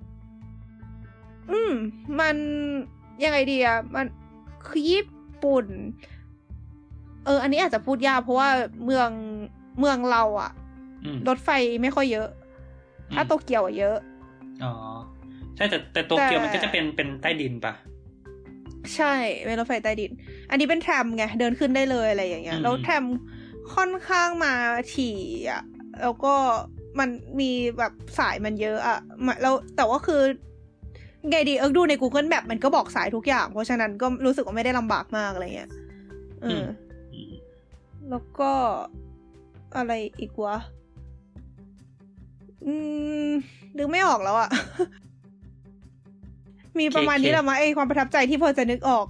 มันยังไงดีอะมันคือญี่ปุ่นอันนี้อาจจะพูดยากเพราะว่าเมืองเราอะรถไฟไม่ค่อยเยอะถ้าโตเกียวอะเยอะใช่แต่โตเกียวมันก็จะเป็นใต้ดินปะใช่เป็นรถไฟใต้ดินอันนี้เป็นแทรมไงเดินขึ้นได้เลยอะไรอย่างเงี้ยแล้วแทรมค่อนข้างมาถี่อ่ะแล้วก็มันมีแบบสายมันเยอะอ่ะแล้วแต่ว่าคือไงดีดูใน Google Map มันก็บอกสายทุกอย่างเพราะฉะนั้นก็รู้สึกว่าไม่ได้ลำบากมากอะไรเงี้ยแล้วก็อะไรอีกวะนึกไม่ออกแล้วอ่ะ มีประมาณนี้แหละมั้งไอความประทับใจที่พอจะนึกออก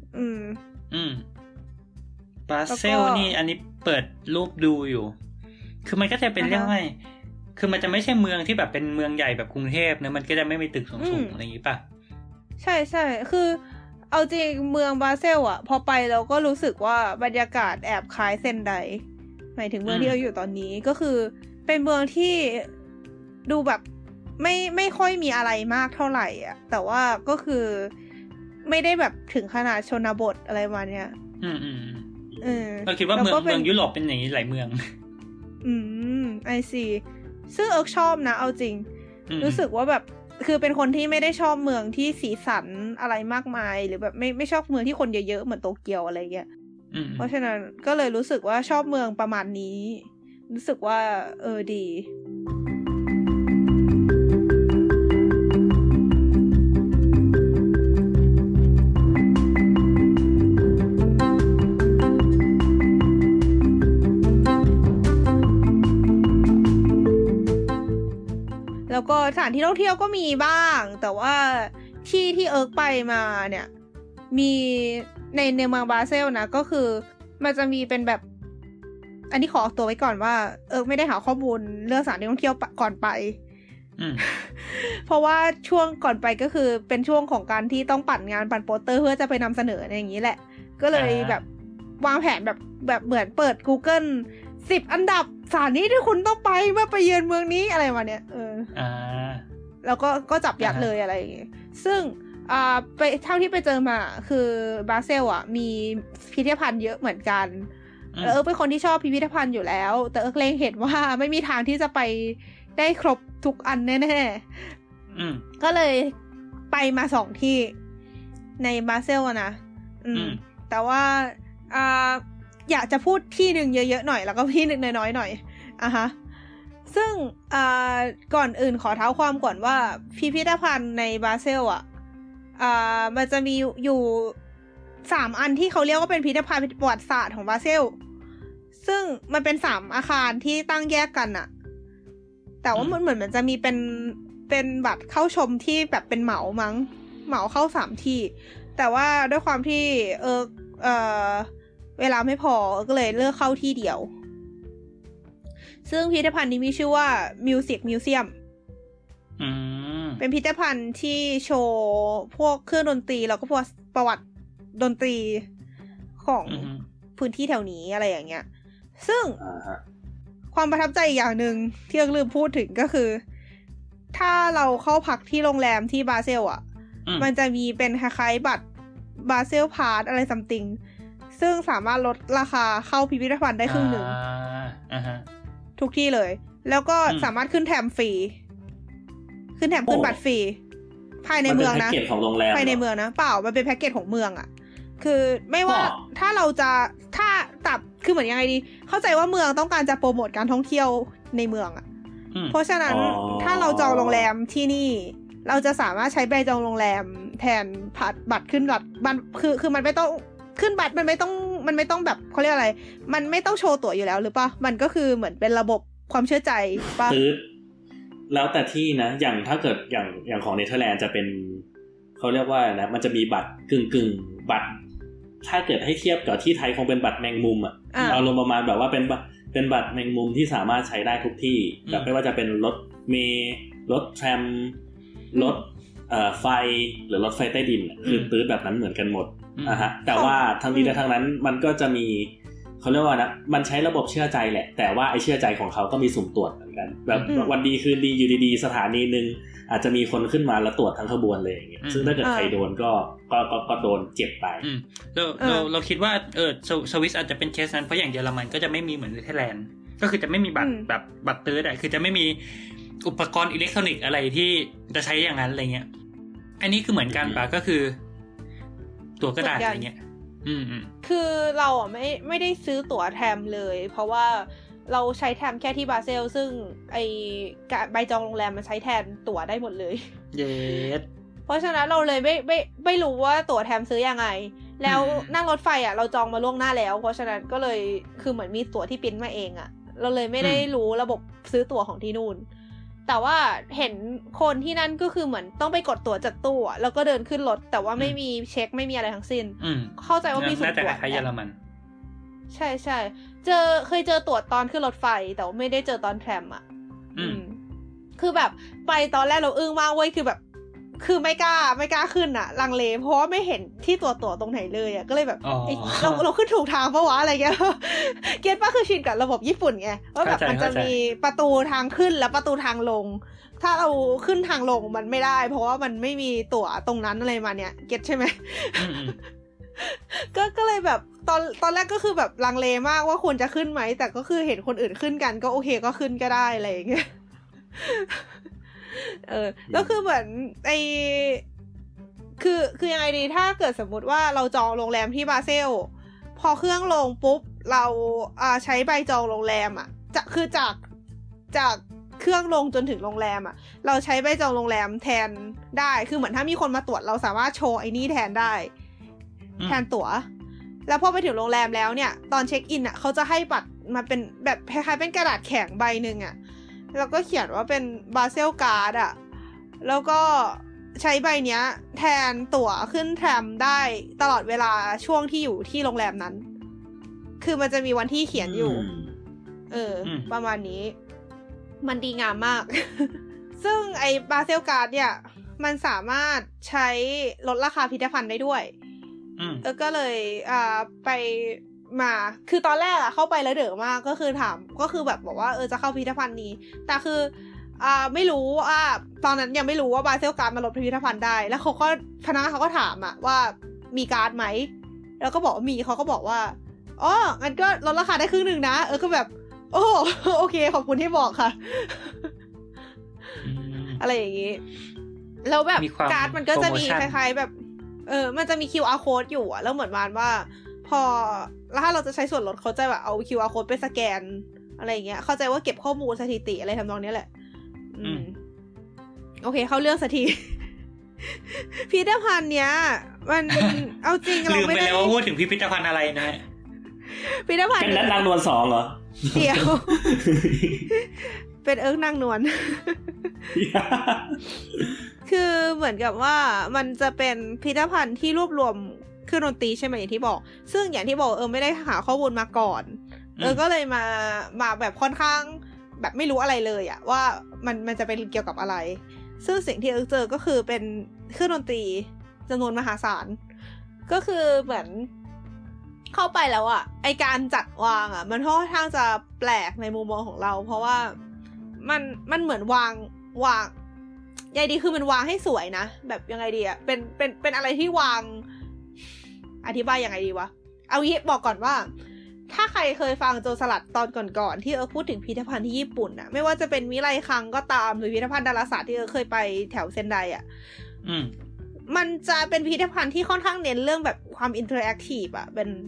บราเซลนี่อันนี้เปิดรูปดูอยู่คือมันก็จะเป็นเรื่องไงคือมันจะไม่ใช่เมืองที่แบบเป็นเมืองใหญ่แบบกรุงเทพนะมันก็จะไม่มีตึกสูงๆอะไรอย่างงี้ป่ะใช่ๆคือเอาจริงเมืองบราเซลอ่ะพอไปเราก็รู้สึกว่าบรรยากาศแอบคล้ายเซนไดหมายถึงเมืองที่เราอยู่ตอนนี้ก็คือเป็นเมืองที่ดูแบบไม่ค่อยมีอะไรมากเท่าไหร่อ่ะแต่ว่าก็คือไม่ได้แบบถึงขนาดชนบทอะไรมาเนี้ยเราคิดว่าเมืองยุโรปเป็นอย่างนี้หลายเมืองไอซีซึ่งเอิร์กชอบนะเอาจริงรู้สึกว่าแบบคือเป็นคนที่ไม่ได้ชอบเมืองที่สีสันอะไรมากมายหรือแบบไม่ชอบเมืองที่คนเยอะๆเหมือนโตเกียวอะไรเงี้ยเพราะฉะนั้นก็เลยรู้สึกว่าชอบเมืองประมาณนี้รู้สึกว่าดีแล้วก็สถานที่ท่องเที่ยวก็มีบ้างแต่ว่าที่เอิร์กไปมาเนี่ยมีในเมืองบราเซลนะก็คือมันจะมีเป็นแบบอันนี้ขอออกตัวไว้ก่อนว่าเอิร์กไม่ได้หาข้อมูลเรื่องสถานที่ท่องเที่ยวก่อนไปเพราะว่าช่วงก่อนไปก็คือเป็นช่วงของการที่ต้องปั่นโปสเตอร์เพื่อจะไปนำเสนออย่างนี้แหละก็เลยแบบวางแผนแบบเหมือนเปิด Google 10 อันดับสถานที่ที่คุณต้องไปเมื่อไปเยือนเมืองนี้อะไรมาเนี่ยแล้วก็จับยัดเลยอะไรอย่างเงี้ยซึ่งไปเท่าที่ไปเจอมาคือบราเซลอ่ะมีพิพิธภัณฑ์เยอะเหมือนกันเป็นคนที่ชอบพิพิธภัณฑ์อยู่แล้วแต่เล็งเห็นว่าไม่มีทางที่จะไปได้ครบทุกอันแน่ๆก็เลยไปมา2ที่ในบราเซลนะแต่ว่าอยากจะพูดที่หนึ่งเยอะๆหน่อยแล้วก็ที่หนึ่งน้อยๆหน่อยซึ่งก่อนอื่นขอเท้าความก่อนว่าพิพิธภัณฑ์ในบราเซลมันจะมีอยู่3อันที่เขาเรียกว่าเป็นพิพิธภัณฑ์ประวัติศาสตร์ของบราเซลซึ่งมันเป็น3อาคารที่ตั้งแยกกันอะแต่ว่ามันเหมือนจะมีเป็นบัตรเข้าชมที่แบบเป็นเหมามั้งเหมาเข้า3ที่แต่ว่าด้วยความที่เวลาไม่พอก็เลยเลือกเข้าที่เดียวซึ่งพิพิธภัณฑ์นี้มีชื่อว่า Music Museum เป็นพิพิธภัณฑ์ที่โชว์พวกเครื่องดนตรีแล้วก็พวกประวัติดนตรีของพื้นที่แถวนี้อะไรอย่างเงี้ยซึ่งความประทับใจอีกอย่างหนึ่งที่ลืมพูดถึงก็คือถ้าเราเข้าพักที่โรงแรมที่บราเซลมันจะมีเป็นคล้ายๆบัตรบราเซลพาสอะไรซัมติงซึ่งสามารถลดราคาเข้าพิพิธภัณฑ์ได้ครึ่งหนึ่งทุกที่เลยแล้วก็สามารถขึ้นแถมฟรีขึ้นบัตรฟรีภายในเมืองนะภายในเมืองนะเปล่ามันเป็นแพ็กเกจของเมืองคือไม่ว่าถ้าเราจะตับคือเหมือนยังไงดีเข้าใจว่าเมืองต้องการจะโปรโมทการท่องเที่ยวในเมืองเพราะฉะนั้นถ้าเราจองโรงแรมที่นี่เราจะสามารถใช้ใบจองโรงแรมแทนบัตรขึ้นบัตรคือมันไม่ต้องขึ้นบัตรมันไม่ต้องแบบเขาเรียกอะไรมันไม่ต้องโชว์ตั๋วอยู่แล้วหรือปะมันก็คือเหมือนเป็นระบบความเชื่อใจปะแล้วแต่ที่นะอย่างถ้าเกิดอย่างของเนเธอร์แลนด์จะเป็นเขาเรียกว่านะมันจะมีบัตรกึ่งบัตรถ้าเกิดให้เทียบกับที่ไทยคงเป็นบัตรแมงมุมเอาลงประมาณแบบว่าเป็นบัตรแมงมุมที่สามารถใช้ได้ทุกที่แบบไม่ว่าจะเป็นรถเมล์รถแทรมรถไฟหรือรถไฟใต้ดินคือตื้อแบบนั้นเหมือนกันหมดแต่ว่าทั้งนี้และทั้งนั้นมันก็จะมีเขาเรียกว่านะมันใช้ระบบเชื่อใจแหละแต่ว่าไอ้เชื่อใจของเขาก็มีสุ่มตรวจเหมือนกันแบบวันดีคืนดีอยู่ดีๆสถานีนึงอาจจะมีคนขึ้นมาแล้วตรวจทั้งขบวนเลยอย่างเงี้ยซึ่งถ้าเกิดใครโดนก็โดนเจ็บไปเราคิดว่าสวิสอาจจะเป็นเคสนั้นเพราะอย่างเยอรมันก็จะไม่มีเหมือนเนเธอร์แลนด์ก็คือจะไม่มีบัตรแบบบัตรตื้อคือจะไม่มีอุปกรณ์อิเล็กทรอนิกส์อะไรที่จะใช้อย่างนั้นอะไรเงี้ยอันนี้คือเหมือนกันป่ะก็คือตั๋วกระดาษอะไรเงี้ยคือเราไม่ได้ซื้อตั๋วแทมเลยเพราะว่าเราใช้แทมแค่ที่บราเซลซึ่งไอใบจองโรงแรมมันใช้แทนตั๋วได้หมดเลยเย็ดเพราะฉะนั้นเราเลยไม่รู้ว่าตั๋วแทมซื้อยังไงแล้วนั่งรถไฟเราจองมาล่วงหน้าแล้วเพราะฉะนั้นก็เลยคือเหมือนมีตั๋วที่ปริ้นมาเองเราเลยไม่ได้รู้ระบบซื้อตั๋วของที่นู่นแต่ว่าเห็นคนที่นั่นก็คือเหมือนต้องไปกดตั๋วจากตู้แล้วก็เดินขึ้นรถแต่ว่าไม่มีเช็คไม่มีอะไรทั้งสิ้นเข้าใจว่ามีสุ่มตั๋วคล้ายๆเยอรมันใช่ๆเคยเจอตั๋วตอนขึ้นรถไฟแต่ว่าไม่ได้เจอตอนแทรมอ่ะคือแบบไปตอนแรกเราอึ้งมากเว้ยคือแบบคือไม่กล้าขึ้นอ่ะลังเลเพราะว่าไม่เห็นที่ตั๋วตรงไหนเลยอ่ะก็เลยแบบเราขึ้นถูกทางปะวะอะไรเงี้ยเก็ทป่ะคือชินกับระบบญี่ปุ่นไงว่าแบบมันจะมีประตูทางขึ้นและประตูทางลงถ้าเราขึ้นทางลงมันไม่ได้เพราะว่ามันไม่มีตั๋วตรงนั้นอะไรมาเนี่ยเก็ทใช่ไหมก็เลยแบบตอนแรกก็คือแบบลังเลมากว่าควรจะขึ้นไหมแต่ก็คือเห็นคนอื่นขึ้นกันก็โอเคก็ขึ้นก็ได้อะไรอย่างเงี้ยก็คือเหมือนคือยังไงดีถ้าเกิดสมมุติว่าเราจองโรงแรมที่บาเซลพอเครื่องลงปุ๊บเราใช้ใบจองโรงแรมอ่ะคือจากเครื่องลงจนถึงโรงแรมอ่ะเราใช้ใบจองโรงแรมแทนได้คือเหมือนถ้ามีคนมาตรวจเราสามารถโชว์ไอ้นี่แทนได้แทนตั๋วแล้วพอไปถึงโรงแรมแล้วเนี่ยตอนเช็คอินอ่ะเขาจะให้บัตรมาเป็นแบบคล้ายๆเป็นกระดาษแข็งใบนึงอ่ะแล้วก็เขียนว่าเป็นบาเซลการ์ดอ่ะแล้วก็ใช้ใบเนี้ยแทนตั๋วขึ้นแทรมได้ตลอดเวลาช่วงที่อยู่ที่โรงแรมนั้นคือมันจะมีวันที่เขียนอยู่ประมาณนี้มันดีงามมาก ซึ่งไอ้บาเซลการ์ดเนี่ยมันสามารถใช้ลดราคาพิพิธภัณฑ์ได้ด้วยก็เลยไปมาคือตอนแรกอะเข้าไปแล้วเด๋อมากก็คือถามก็คือแบบบอกว่าจะเข้าพิพิธภัณฑ์นี้แต่คือไม่รู้ว่าตอนนั้นยังไม่รู้ว่าบาเซลการ์ดมาลดพิพิธภัณฑ์ได้แล้วพนักงานเขาก็ถามอะว่ามีการ์ดไหมแล้วก็บอกว่ามีเขาก็บอกว่าอ๋องั้นก็ลดราคาได้ครึ่งนึงนะก็แบบโอ้โอเคขอบคุณที่บอกค่ะ อะไรอย่างงี้แล้วแบบการ์ดมันก็จะมีคล้ายๆแบบมันจะมี QR code อยู่อะแล้วเหมือนว่าพอแล้วถ้าเราจะใช้ส่วนลดเขาจะแบบเอา QR code ไปสแกนอะไรอย่างเงี้ยเข้าใจว่าเก็บข้อมูลสถิติอะไรทำนองนี้แหละโอเคเข้าเรื่องสักที พิพิธภัณฑ์เนี้ยมันเอาจริงเราไม่ได้ลืมไปแล้วว่าพูดถึงพิพิธภัณฑ์อะไรนะพิพิธภัณฑ์เป็นนางนวล2เหรอเดี๋ยวเป็นนางนวล คือเหมือนกับว่ามันจะเป็นพิพิธภัณฑ์ที่รวบรวมเครื่องดนตรีใช่ไหมอย่างที่บอกซึ่งอย่างที่บอกไม่ได้หาข้อมูลมาก่อนก็เลยมาแบบค่อนข้างแบบไม่รู้อะไรเลยอะว่ามันจะเป็นเกี่ยวกับอะไรซึ่งสิ่งที่เจอก็คือเป็นเครื่องดนตรีจำนวนมหาศาลก็คือเหมือนเข้าไปแล้วอะไอการจัดวางอะมันค่อนข้างจะแปลกในมุมมองของเราเพราะว่ามันเหมือนวางยังไงดีคือมันวางให้สวยนะแบบยังไงดีอะเป็นอะไรที่วางอธิบายยังไงดีวะเอางี้บอกก่อนว่าถ้าใครเคยฟังโจรสลัดตอนก่อนๆที่พูดถึงพิพิธภัณฑ์ที่ญี่ปุ่นอะไม่ว่าจะเป็นวิไลคังก็ตามหรือพิพิธภัณฑ์ดาราศาสตร์ที่เคยไปแถวเซนไดอะมันจะเป็นพิพิธภัณฑ์ที่ค่อนข้างเน้นเรื่องแบบความอินเทอร์แอคทีฟอะ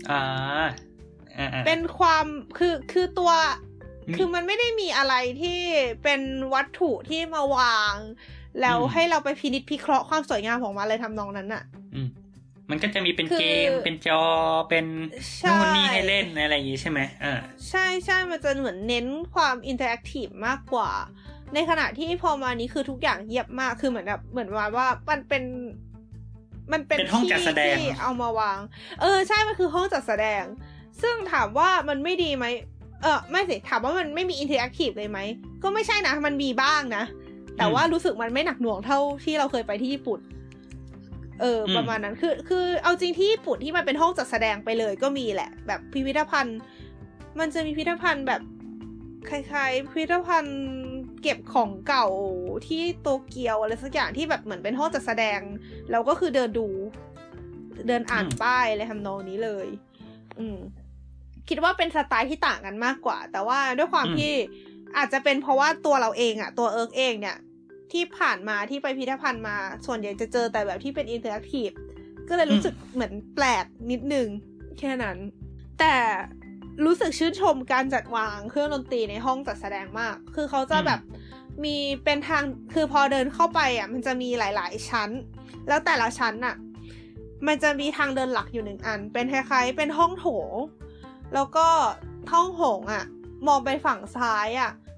เป็นความคือตัวคือมันไม่ได้มีอะไรที่เป็นวัตถุที่มาวางแล้วให้เราไปพินิจพิเคราะห์ความสวยงามของมันเลยทำนองนั้นน่ะมันก็จะมีเป็นเกมเป็นจอเป็นนู่นนี่ให้เล่นอะไรอย่างงี้ใช่ไหมใช่มันจะเหมือนเน้นความอินเทอร์แอคทีฟมากกว่าในขณะที่พอมานี้คือทุกอย่างเยียบมากคือเหมือนว่ามันเป็นห้องจัดแสดงที่เอามาวางใช่มันคือห้องจัดแสดงซึ่งถามว่ามันไม่ดีไหมไม่สิถามว่ามันไม่มีอินเทอร์แอคทีฟเลยไหมก็ไม่ใช่นะมันมีบ้างนะแต่ว่ารู้สึกมันไม่หนักหน่วงเท่าที่เราเคยไปที่ญี่ปุ่นประมาณนั้นคือเอาจริงที่ญี่ปุ่นที่มันเป็นห้องจัดแสดงไปเลยก็มีแหละแบบพิพิธภัณฑ์มันจะมีพิพิธภัณฑ์แบบคล้ายๆพิพิธภัณฑ์เก็บของเก่าที่โตเกียวอะไรสักอย่างที่แบบเหมือนเป็นห้องจัดแสดงแล้วก็คือเดินอ่านป้ายอะไรทำนองนี้เลยคิดว่าเป็นสไตล์ที่ต่างกันมากกว่าแต่ว่าด้วยความที่อาจจะเป็นเพราะว่าตัวเราเองอ่ะตัวเองเนี่ยที่ผ่านมาที่ไปพิพิธภัณฑ์มาส่วนใหญ่จะเจอแต่แบบที่เป็นอินเทอร์แอคทีฟก็เลยรู้สึกเหมือนแปลกนิดนึงแค่นั้นแต่รู้สึกชื่นชมการจัดวางเครื่องดนตรีในห้องจัดแสดงมากคือเขาจะแบบมีเป็นทางคือพอเดินเข้าไปอ่ะมันจะมีหลายๆชั้นแล้วแต่ละชั้นอ่ะมันจะมีทางเดินหลักอยู่1อันเป็นคล้ายๆเป็นห้องโถงแล้วก็ห้องโถงอ่ะมองไปฝั่งซ้ายอ่ะ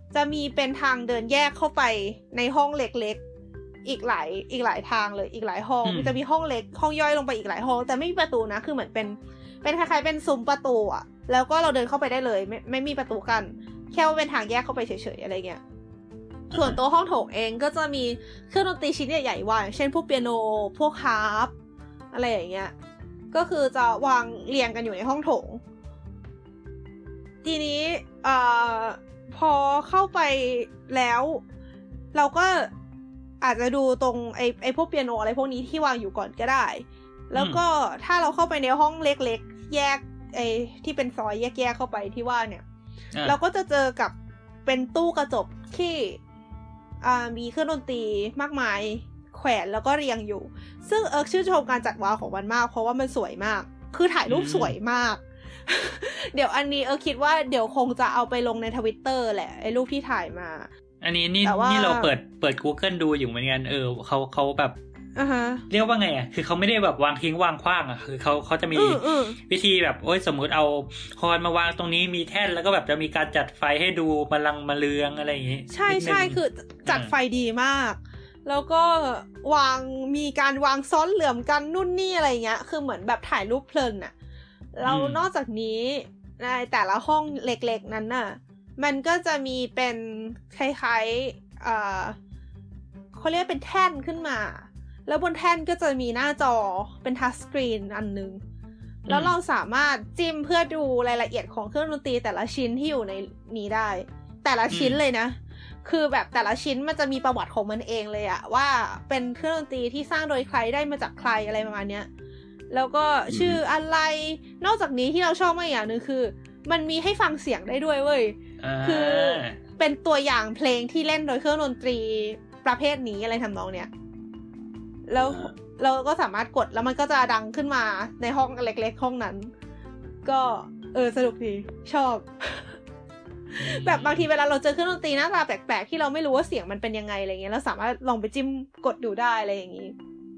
จะมีเป็นทางเดินแยกเข้าไปในห้องเล็กๆอีกหลายทางเลยอีกหลายห้องมันจะมีห้องเล็กห้องย่อยลงไปอีกหลายห้องแต่ไม่มีประตูนะคือเหมือนเป็นคล้ายๆเป็นซุ้มประตูอ่ะแล้วก็เราเดินเข้าไปได้เลยไม่มีประตูกันแค่ว่าเป็นทางแยกเข้าไปเฉยๆอะไรเงี้ยส่วนตัวห้องโถงเองก็จะมีเครื่องดนตรีชิ้นใหญ่ๆวางเช่นพวกเปียโนพวกฮาร์ปอะไรอย่างเงี้ยก็คือจะวางเรียงกันอยู่ในห้องโถงทีนี้พอเข้าไปแล้วเราก็อาจจะดูตรงไอ้พวกเปียโนอะไรพวกนี้ที่วางอยู่ก่อนก็ได้แล้วก็ถ้าเราเข้าไปในห้องเล็กๆแยกไอ้ที่เป็นซอยแยกๆเข้าไปที่ว่าเนี่ยเราก็จะเจอกับเป็นตู้กระจกที่มีเครื่องดนตรีมากมายแขวนแล้วก็เรียงอยู่ซึ่งชื่นชมการจัดวางของมันมากเพราะว่ามันสวยมากคือถ่ายรูปสวยมาก เดี๋ยวอันนี้คิดว่าเดี๋ยวคงจะเอาไปลงใน Twitter แหละไอ้รูปที่ถ่ายมาอันนี้นี่เราเปิด Google ดูอยู่เหมือนกันเขาแบบเรียกว่าไงอ่ะคือเขาไม่ได้แบบวางทิ้งวางขว้างอ่ะคือเขาจะมีวิธีแบบสมมุติเอาคอนมาวางตรงนี้มีแท่นแล้วก็แบบจะมีการจัดไฟให้ดูมาเรืองอะไรอย่างงี้ใช่คือจัดไฟดีมากแล้วก็มีการวางซ้อนเหลื่อมกันนู่นนี่อะไรเงี้ยคือเหมือนแบบถ่ายรูปเพลินน่ะแล้วนอกจากนี้ในแต่ละห้องเล็กๆนั้นน่ะมันก็จะมีเป็นคล้ายๆเขาเรียกเป็นแท่นขึ้นมาแล้วบนแท่นก็จะมีหน้าจอเป็นทัชสกรีนอันนึงแล้วเราสามารถจิ้มเพื่อดูรายละเอียดของเครื่องดนตรีแต่ละชิ้นที่อยู่ในนี้ได้แต่ละชิ้นเลยนะคือแบบแต่ละชิ้นมันจะมีประวัติของมันเองเลยอะว่าเป็นเครื่องดนตรีที่สร้างโดยใครได้มาจากใครอะไรประมาณเนี้ยแล้วก็ชื่ออะไรนอกจากนี้ที่เราชอบมากอย่างนึงคือมันมีให้ฟังเสียงได้ด้วยเว้ยคือเป็นตัวอย่างเพลงที่เล่นโดยเครื่องดนตรีประเภทนี้อะไรทำนองเนี้ยแล้วเราก็สามารถกดแล้วมันก็จะดังขึ้นมาในห้องเล็กๆห้องนั้นก็สนุกดีชอบ แบบบางทีเวลาเราเจอเครื่องดนตรีหน้าตาแปลกๆที่เราไม่รู้ว่าเสียงมันเป็นยังไงอะไรเงี้ยเราสามารถลองไปจิ้มกดดูได้อะไรอย่างงี้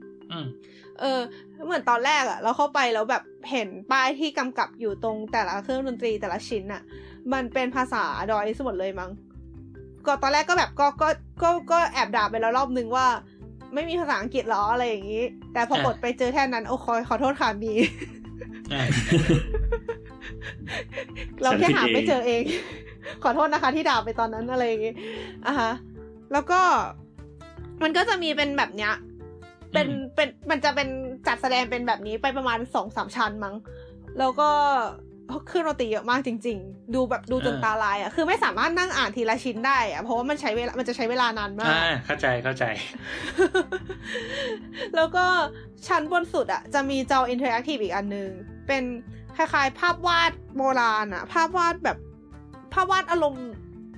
เหมือนตอนแรกอะเราเข้าไปแล้วแบบเห็นป้ายที่กำกับอยู่ตรงแต่ละเครื่องดนตรีแต่ละชิ้นอะมันเป็นภาษาดอยส์หมดเลยมั้งก็ตอนแรกก็แบบก็แอบด่าไปแล้วรอบนึงว่าไม่มีภาษาอังกฤษหรออะไรอย่างงี้แต่พอกดไปเจอแท่นั้นขอโทษค่ะมี เราแค่หาไม่เจอเองขอโทษนะคะที่ด่าไปตอนนั้นอะไรอย่างงี้แล้วก็มันก็จะมีเป็นแบบเนี้ยเป็นมันจะเป็นจัดแสดงเป็นแบบนี้ไปประมาณ 2-3 ชั้นมั้งแล้วก็เครื่องดนตรีเยอะมากจริงๆดูจนตาลายอ่ะคือไม่สามารถนั่งอ่านทีละชิ้นได้อ่ะเพราะว่ามันจะใช้เวลานานมากเข้าใจแล้วก็ชั้นบนสุดอ่ะจะมีจออินเทอร์แอคทีฟอีกอันนึงเป็นคล้ายๆภาพวาดโบราณอ่ะภาพวาดแบบภาพวาดอารมณ์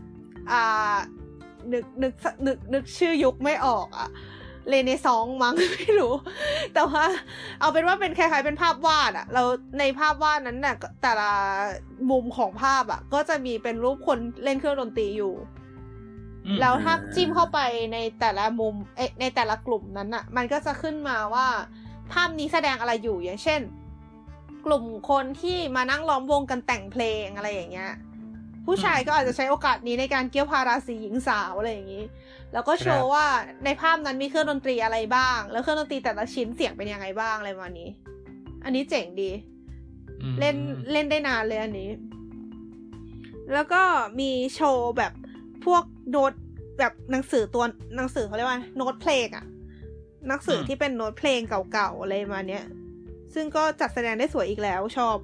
นึกชื่อยุคไม่ออกอ่ะเรเนซองส์มั้งไม่รู้แต่ว่าเอาเป็นว่าเป็นคล้ายๆเป็นภาพวาดอ่ะเราในภาพวาดนั้นน่ะแต่ละมุมของภาพอ่ะก็จะมีเป็นรูปคนเล่นเครื่องดนตรีอยู่แล้วถ้าจิ้มเข้าไปในแต่ละมุมในแต่ละกลุ่มนั้นน่ะมันก็จะขึ้นมาว่าภาพนี้แสดงอะไรอยู่อย่างเช่นกลุ่มคนที่มานั่งล้อมวงกันแต่งเพลงอะไรอย่างเงี้ยผู้ชายก็อาจจะใช้โอกาสนี้ในการเกี่ยวพาราสีหญิงสาวอะไรอย่างงี้แล้วก็โชว์ว่าในภาพนั้นมีเครื่องดนตรีอะไรบ้างแล้วเครื่องดนตรีแต่ละชิ้นเสียงเป็นยังไงบ้างอะไรประมาณนี้อันนี้เจ๋งดีเล่นได้นานเลยอันนี้แล้วก็มีโชว์แบบพวกโน้ตแบบหนังสือเขาเรียกว่าโน้ตเพลงอ่ะหนังสือที่เป็นโน้ตเพลงเก่าๆอะไรมาเนี้ยซึ่งก็จัดแสดงได้สวยอีกแล้วชอบ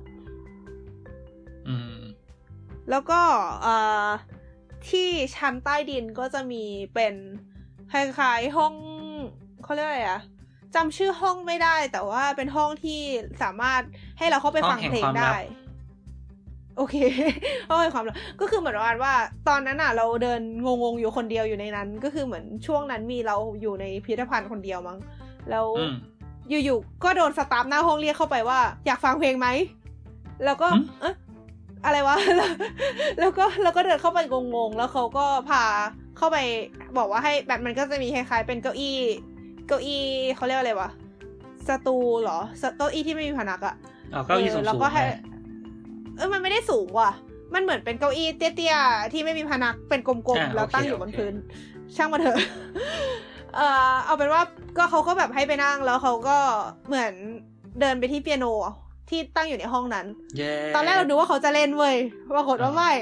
แล้วก็ที่ชั้นใต้ดินก็จะมีเป็นคล้ายๆห้องเขาเรียกอะไรอะจำชื่อห้องไม่ได้แต่ว่าเป็นห้องที่สามารถให้เราเข้าไปฟังเพลงได้โอเคห้องแห่งความลับก็คือเหมือนว่าตอนนั้นอะเราเดินงงๆอยู่คนเดียวอยู่ในนั้นก็คือเหมือนช่วงนั้นมีเราอยู่ในพิพิธภัณฑ์คนเดียวมั้งแล้วอยู่ๆก็โดนสตาฟหน้าห้องเรียกเข้าไปว่าอยากฟังเพลงไหมแล้วก็อะไรวะแล้วก็เดินเข้าไปงงๆแล้วเขาก็พาเข้าไปบอกว่าให้แบบมันก็จะมีคล้ายๆเป็นเก้าอี้เขาเรียกอะไรวะสตูเหรอเก้าอี้ที่ไม่มีพนักอ่ะเก้าอี้สูงๆแล้วก็ให้มันไม่ได้สูงว่ะมันเหมือนเป็นเก้าอี้เตี้ยๆที่ไม่มีพนักเป็นกลมๆแล้วตั้งอยู่บนพื้นช่างมาเถอะเอาเป็นว่าก็เขาก็แบบให้ไปนั่งแล้วเขาก็เหมือนเดินไปที่เปียโนที่ตั้งอยู่ในห้องนั้น ตอนแรกเราดูว่าเขาจะเล่นเว้ยปรากฏว่าไม่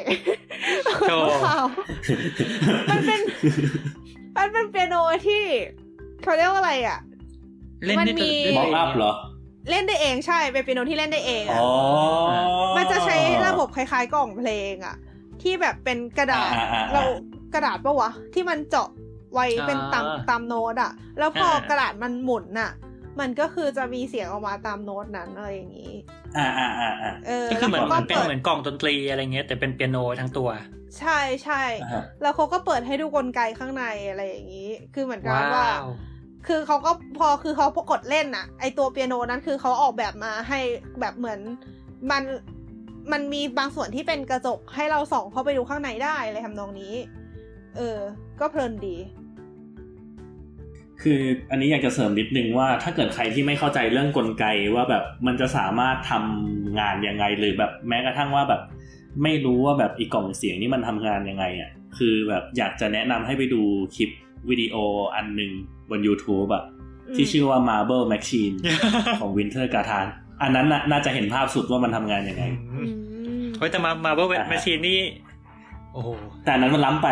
มันเป็นเปียโนที่เขาเรียกว่าอะไรอ่ะมันมีม็อกอัพเหรอเล่นได้เองใช่เป็นเปียโนที่เล่นได้เองอ่ะมันจะใช้ระบบคล้ายๆกล่องเพลงอ่ะที่แบบเป็นกระดาษเรากระดาษปะวะที่มันเจาะไว้เป็นตามโน้ตอ่ะแล้วพอกระดาษมันหมุนน่ะมันก็คือจะมีเสียงออกมาตามโน้ตนั้นอะไรอย่างนี้ก็คือเหมือนเป็นเหมือนกล่องดนตรีอะไรเงี้ยแต่เป็นเปียโนทั้งตัวใช่ใช่แล้วเขาก็เปิดให้ดูกลไกข้างในอะไรอย่างนี้คือเหมือนกันว่าคือเขาก็คือเขากดเล่นน่ะไอตัวเปียโนนั้นคือเขาออกแบบมาให้แบบเหมือนมันมีบางส่วนที่เป็นกระจกให้เราส่องเข้าไปดูข้างในได้อะไรทำนองนี้ก็เพลินดีคืออันนี้อยากจะเสริมนิดนึงว่าถ้าเกิดใครที่ไม่เข้าใจเรื่องกลไกว่าแบบมันจะสามารถทำงานยังไงหรือแบบแม้กระทั่งว่าแบบไม่รู้ว่าแบบอีกกล่องเสียงนี่มันทำงานยังไงอ่ะคือแบบอยากจะแนะนำให้ไปดูคลิปวิดีโออันนึงบน YouTube อ่ะที่ชื่อว่า Marble Machine ของ Winter Gartan อันนั้นน่าจะเห็นภาพสุดว่ามันทำงานยังไงเฮ้ยแต่Marble Machine นี่โอ้โหแต่นั้นมันล้ำไป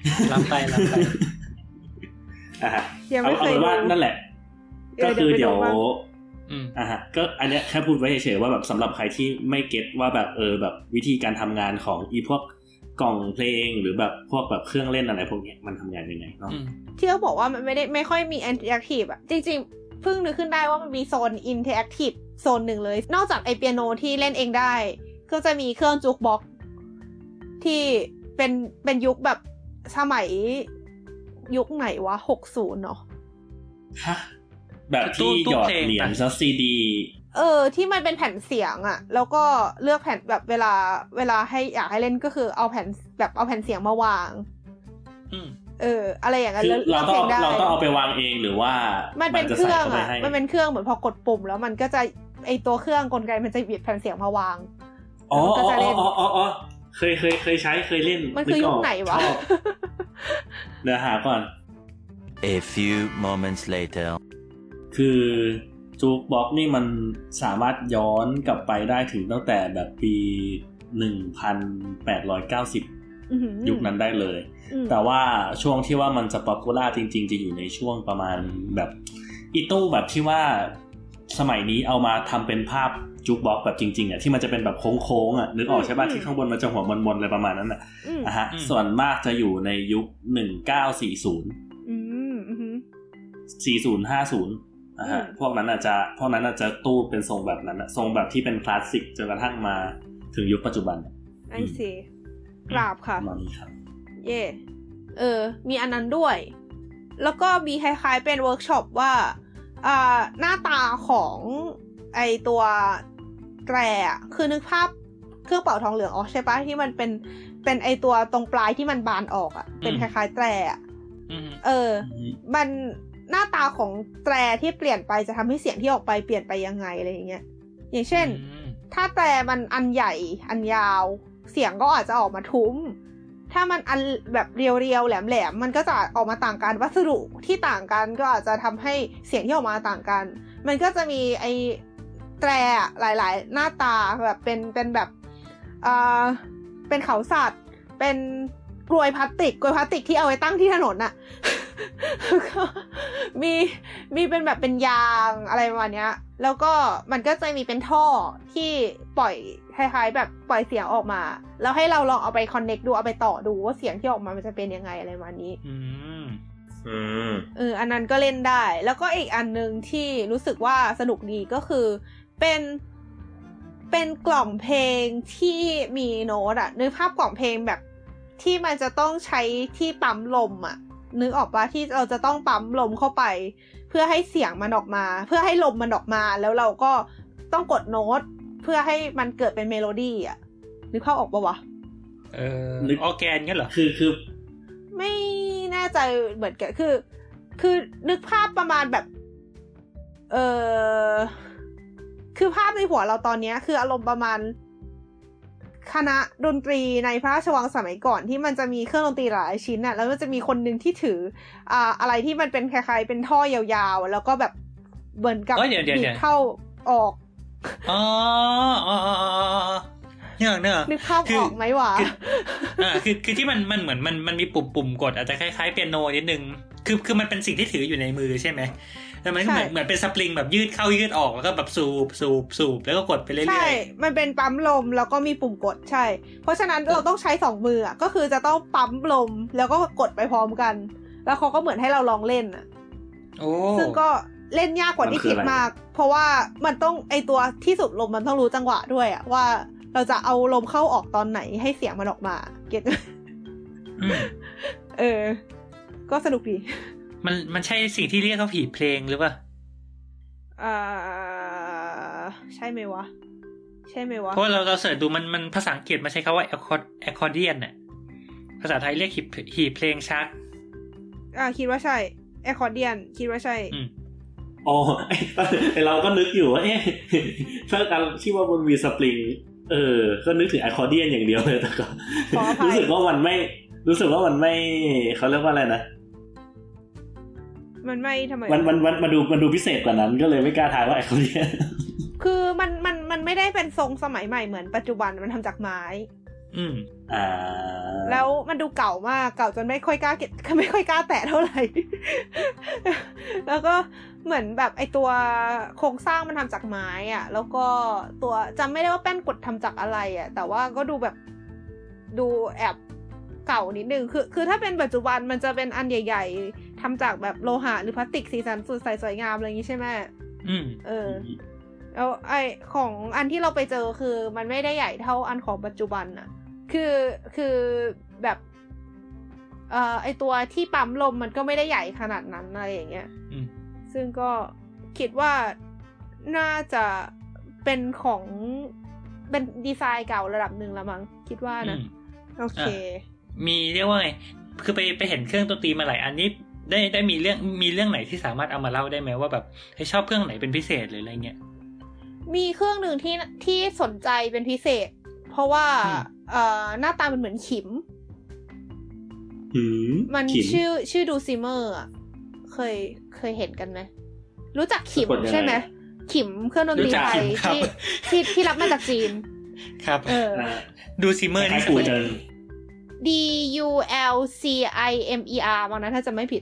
เอาเป็นว่านั่นแหละก็คือเดี๋ยวก็อันเนี้ยแค่พูดไว้เฉยๆว่าแบบสำหรับใครที่ไม่เก็ตว่าแบบแบบวิธีการทำงานของอีพวกกล่องเพลงหรือแบบพวกแบบเครื่องเล่นอะไรพวกนี้มันทำงานยังไงเนาะที่เขาบอกว่ามันไม่ค่อยมีอินเทอร์แอคทีฟอ่ะจริงๆเพิ่งนึกขึ้นได้ว่ามันมีโซนอินเทอร์แอคทีฟโซนหนึ่งเลยนอกจากไอเปียโนที่เล่นเองได้ก็จะมีเครื่องจู๊กบ็อกซ์ที่เป็นยุคแบบสมัยยุคไหนวะ60เนาะฮะแบบที่หยอดเหรียญซัสซีดีที่มันเป็นแผ่นเสียงอ่ะแล้วก็เลือกแผ่นแบบเวลาให้อยากให้เล่นก็คือเอาแผ่นเสียงมาวางอะไรอย่างนั้นแล้วเราต้องเอาไปวางเองหรือว่ามันเป็นเครื่องอ่ะมันเป็นเครื่องเหมือนพอกดปุ่มแล้วมันก็จะไอตัวเครื่องกลไกมันจะหยิบแผ่นเสียงมาวางก็จะเล่นเคยใช้เคยเล่นมันคือยุคไหนวะเดี๋ยวหาก่อน A few moments later คือจู๊กบ็อกซ์นี่มันสามารถย้อนกลับไปได้ถึงตั้งแต่แบบปี1890ยุคนั้นได้เลยแต่ว่าช่วงที่ว่ามันจะป๊อปปูล่าจริงๆจะอยู่ในช่วงประมาณแบบอีตู้แบบที่ว่าสมัยนี้เอามาทำเป็นภาพจู๊กบ็อกซ์แบบจริงๆอ่ะที่มันจะเป็นแบบโค้งๆอ่ะนึกออกใช่ป่ะที่ข้างบนมันจะหัวมนๆอะไรประมาณนั้นอ่ะส่วนมากจะอยู่ในยุค1940 พวกนั้นอาจจะตู้เป็นทรงแบบนั้นทรงแบบที่เป็นคลาสสิกจนกระทั่งมาถึงยุคปัจจุบันไอ้สิกราบค่ะมานี้ครับเย่มีอันนั้นด้วยแล้วก็มีคล้ายๆเป็นเวิร์กช็อปว่าหน้าตาของไอตัวแตรคือนึกภาพเครื่องเป่าทองเหลืองออกใช่ปะที่มันเป็นไอตัวตรงปลายที่มันบานออกเป็นคล้ายๆแตรมันหน้าตาของแตรที่เปลี่ยนไปจะทำให้เสียงที่ออกไปเปลี่ยนไปยังไงอะไรอย่างเงี้ยอย่างเช่นถ้าแตรมันอันใหญ่อันยาวเสียงก็อาจจะออกมาทุ้มถ้ามันอันแบบเรียวๆแหลมๆมันก็จะออกมาต่างกันวัสดุที่ต่างกันก็อาจจะทำให้เสียงที่ออกมาต่างกันมันก็จะมีไอแตรหลายๆหน้าตาแบบเป็นแบบเป็นเขาสัตว์เป็นกลวยพลาสติกที่เอาไว้ตั้งที่ถนนน่ะก็มีเป็นแบบเป็นยางอะไรประมาณเนี้ยแล้วก็มันก็จะมีเป็นท่อที่ปล่อยคล้ายๆแบบปล่อยเสียงออกมาแล้วให้เราลองเอาไปคอนเนคดูเอาไปต่อดูว่าเสียงที่ออกมามันจะเป็นยังไงอะไรประมาณนี้อันนั้นก็เล่นได้แล้วก็อีกอันนึงที่รู้สึกว่าสนุกดีก็คือเป็นกล่องเพลงที่มีโน้ตนึกภาพกล่องเพลงแบบที่มันจะต้องใช้ที่ปั๊มลมนึกออกปะที่เราจะต้องปั๊มลมเข้าไปเพื่อให้เสียงมันออกมาเพื่อให้ลมมันออกมาแล้วเราก็ต้องกดโน้ตเพื่อให้มันเกิดเป็นเมโลดี้นึกภาพออกปะวะนึกออร์แกนงั้นเหรอคือไม่แน่ใจเหมือนกันคือนึกภาพประมาณแบบคือภาพในหัวเราตอนนี้คืออารมณ์ประมาณคณะดนตรีในพระราชวังสมัยก่อนที่มันจะมีเครื่องดนตรีหลายชิ้นน่ะแล้วมันจะมีคนนึงที่ถืออะไรที่มันเป็นคล้ายๆเป็นท่อยาวๆแล้วก็แบบเหมือนกับบีบเข้าออกอ๋อเนี่ยนึกภาพออกไหมวะคือที่มันเหมือนมันมีปุ่มกดอาจจะคล้ายๆเปียโนนิดนึงคือมันเป็นสิ่งที่ถืออยู่ในมือใช่ไหมแต่มันเหมือนเป็นสปริงแบบยืดเข้ายืดออกแล้วก็แบบสูบแล้วก็กดไปเรื่อยๆใช่มันเป็นปั๊มลมแล้วก็มีปุ่มกดใช่เพราะฉะนั้นเราต้องใช้2มือก็คือจะต้องปั๊มลมแล้วก็กดไปพร้อมกันแล้วเขาก็เหมือนให้เราลองเล่นซึ่งก็เล่นยากกว่าที่คิดมากเพราะว่ามันต้องไอตัวที่สูบลมมันต้องรู้จังหวะด้วยว่าเราจะเอาลมเข้าออกตอนไหนให้เสียงมันออกมาเก็ทก็สนุกดีมันใช่สิ่งที่เรียกว่าผีเพลงหรือเปล่าใช่ไหมวะเพราะเราเสิร์ชดูมันภาษาอังกฤษมันใช้คำว่าaccordion น่ะภาษาไทยเรียกหีบเพลงชักคิดว่าใช่ accordion คิดว่าใช่อ๋อเราก็นึกอยู่ว่าถ้าการที่ว่ามันมีสปริงก็นึกถึงaccordionอย่างเดียวเลยแต่ก็รู้สึกว่ามันไม่เขาเรียกว่าอะไรนะมันไม่ทำไมมันดูพิเศษกว่านั้นก็เลยไม่กล้าทายว่าaccordion คือมันไม่ได้เป็นทรงสมัยใหม่เหมือนปัจจุบันมันทำจากไม้แล้วมันดูเก่ามากเก่าจนไม่ค่อยกล้าแตะเท่าไหร่ แล้วก็เหมือนแบบไอตัวโครงสร้างมันทำจากไม้แล้วก็ตัวจำไม่ได้ว่าแป้นกดทำจากอะไรแต่ว่าก็ดูแบบดูแอบเก่านิดนึงคือถ้าเป็นปัจจุบันมันจะเป็นอันใหญ่ๆทำจากแบบโลหะหรือพลาสติกสีสันสดใสสวยงามอะไรอย่างนี้ใช่ไหมแล้วไอของอันที่เราไปเจอคือมันไม่ได้ใหญ่เท่าอันของปัจจุบันคือแบบไอตัวที่ปั๊มลมมันก็ไม่ได้ใหญ่ขนาดนั้นอะไรอย่างเงี้ยซึ่งก็คิดว่าน่าจะเป็นของเป็นดีไซน์เก่าระดับหนึ่งละมั้งคิดว่านะโอเคมีเรียกว่าไงคือไปเห็นเครื่องดนตรีมาหลายอันนี้ได้มีเรื่องไหนที่สามารถเอามาเล่าได้ไหมว่าแบบให้ชอบเครื่องไหนเป็นพิเศษหรืออะไรเงี้ยมีเครื่องนึงที่สนใจเป็นพิเศษเพราะว่าหน้าตามันเหมือนขิมมันชื่อดูซิเมอร์เคยเห็นกันไหมรู้จักขิมใช่ไหมขิมเครื่องดนตรีไทยที่รับมาจากจีนครับดูซิเมอร์นี่คือ DULCIMER บางนะถ้าจะไม่ผิด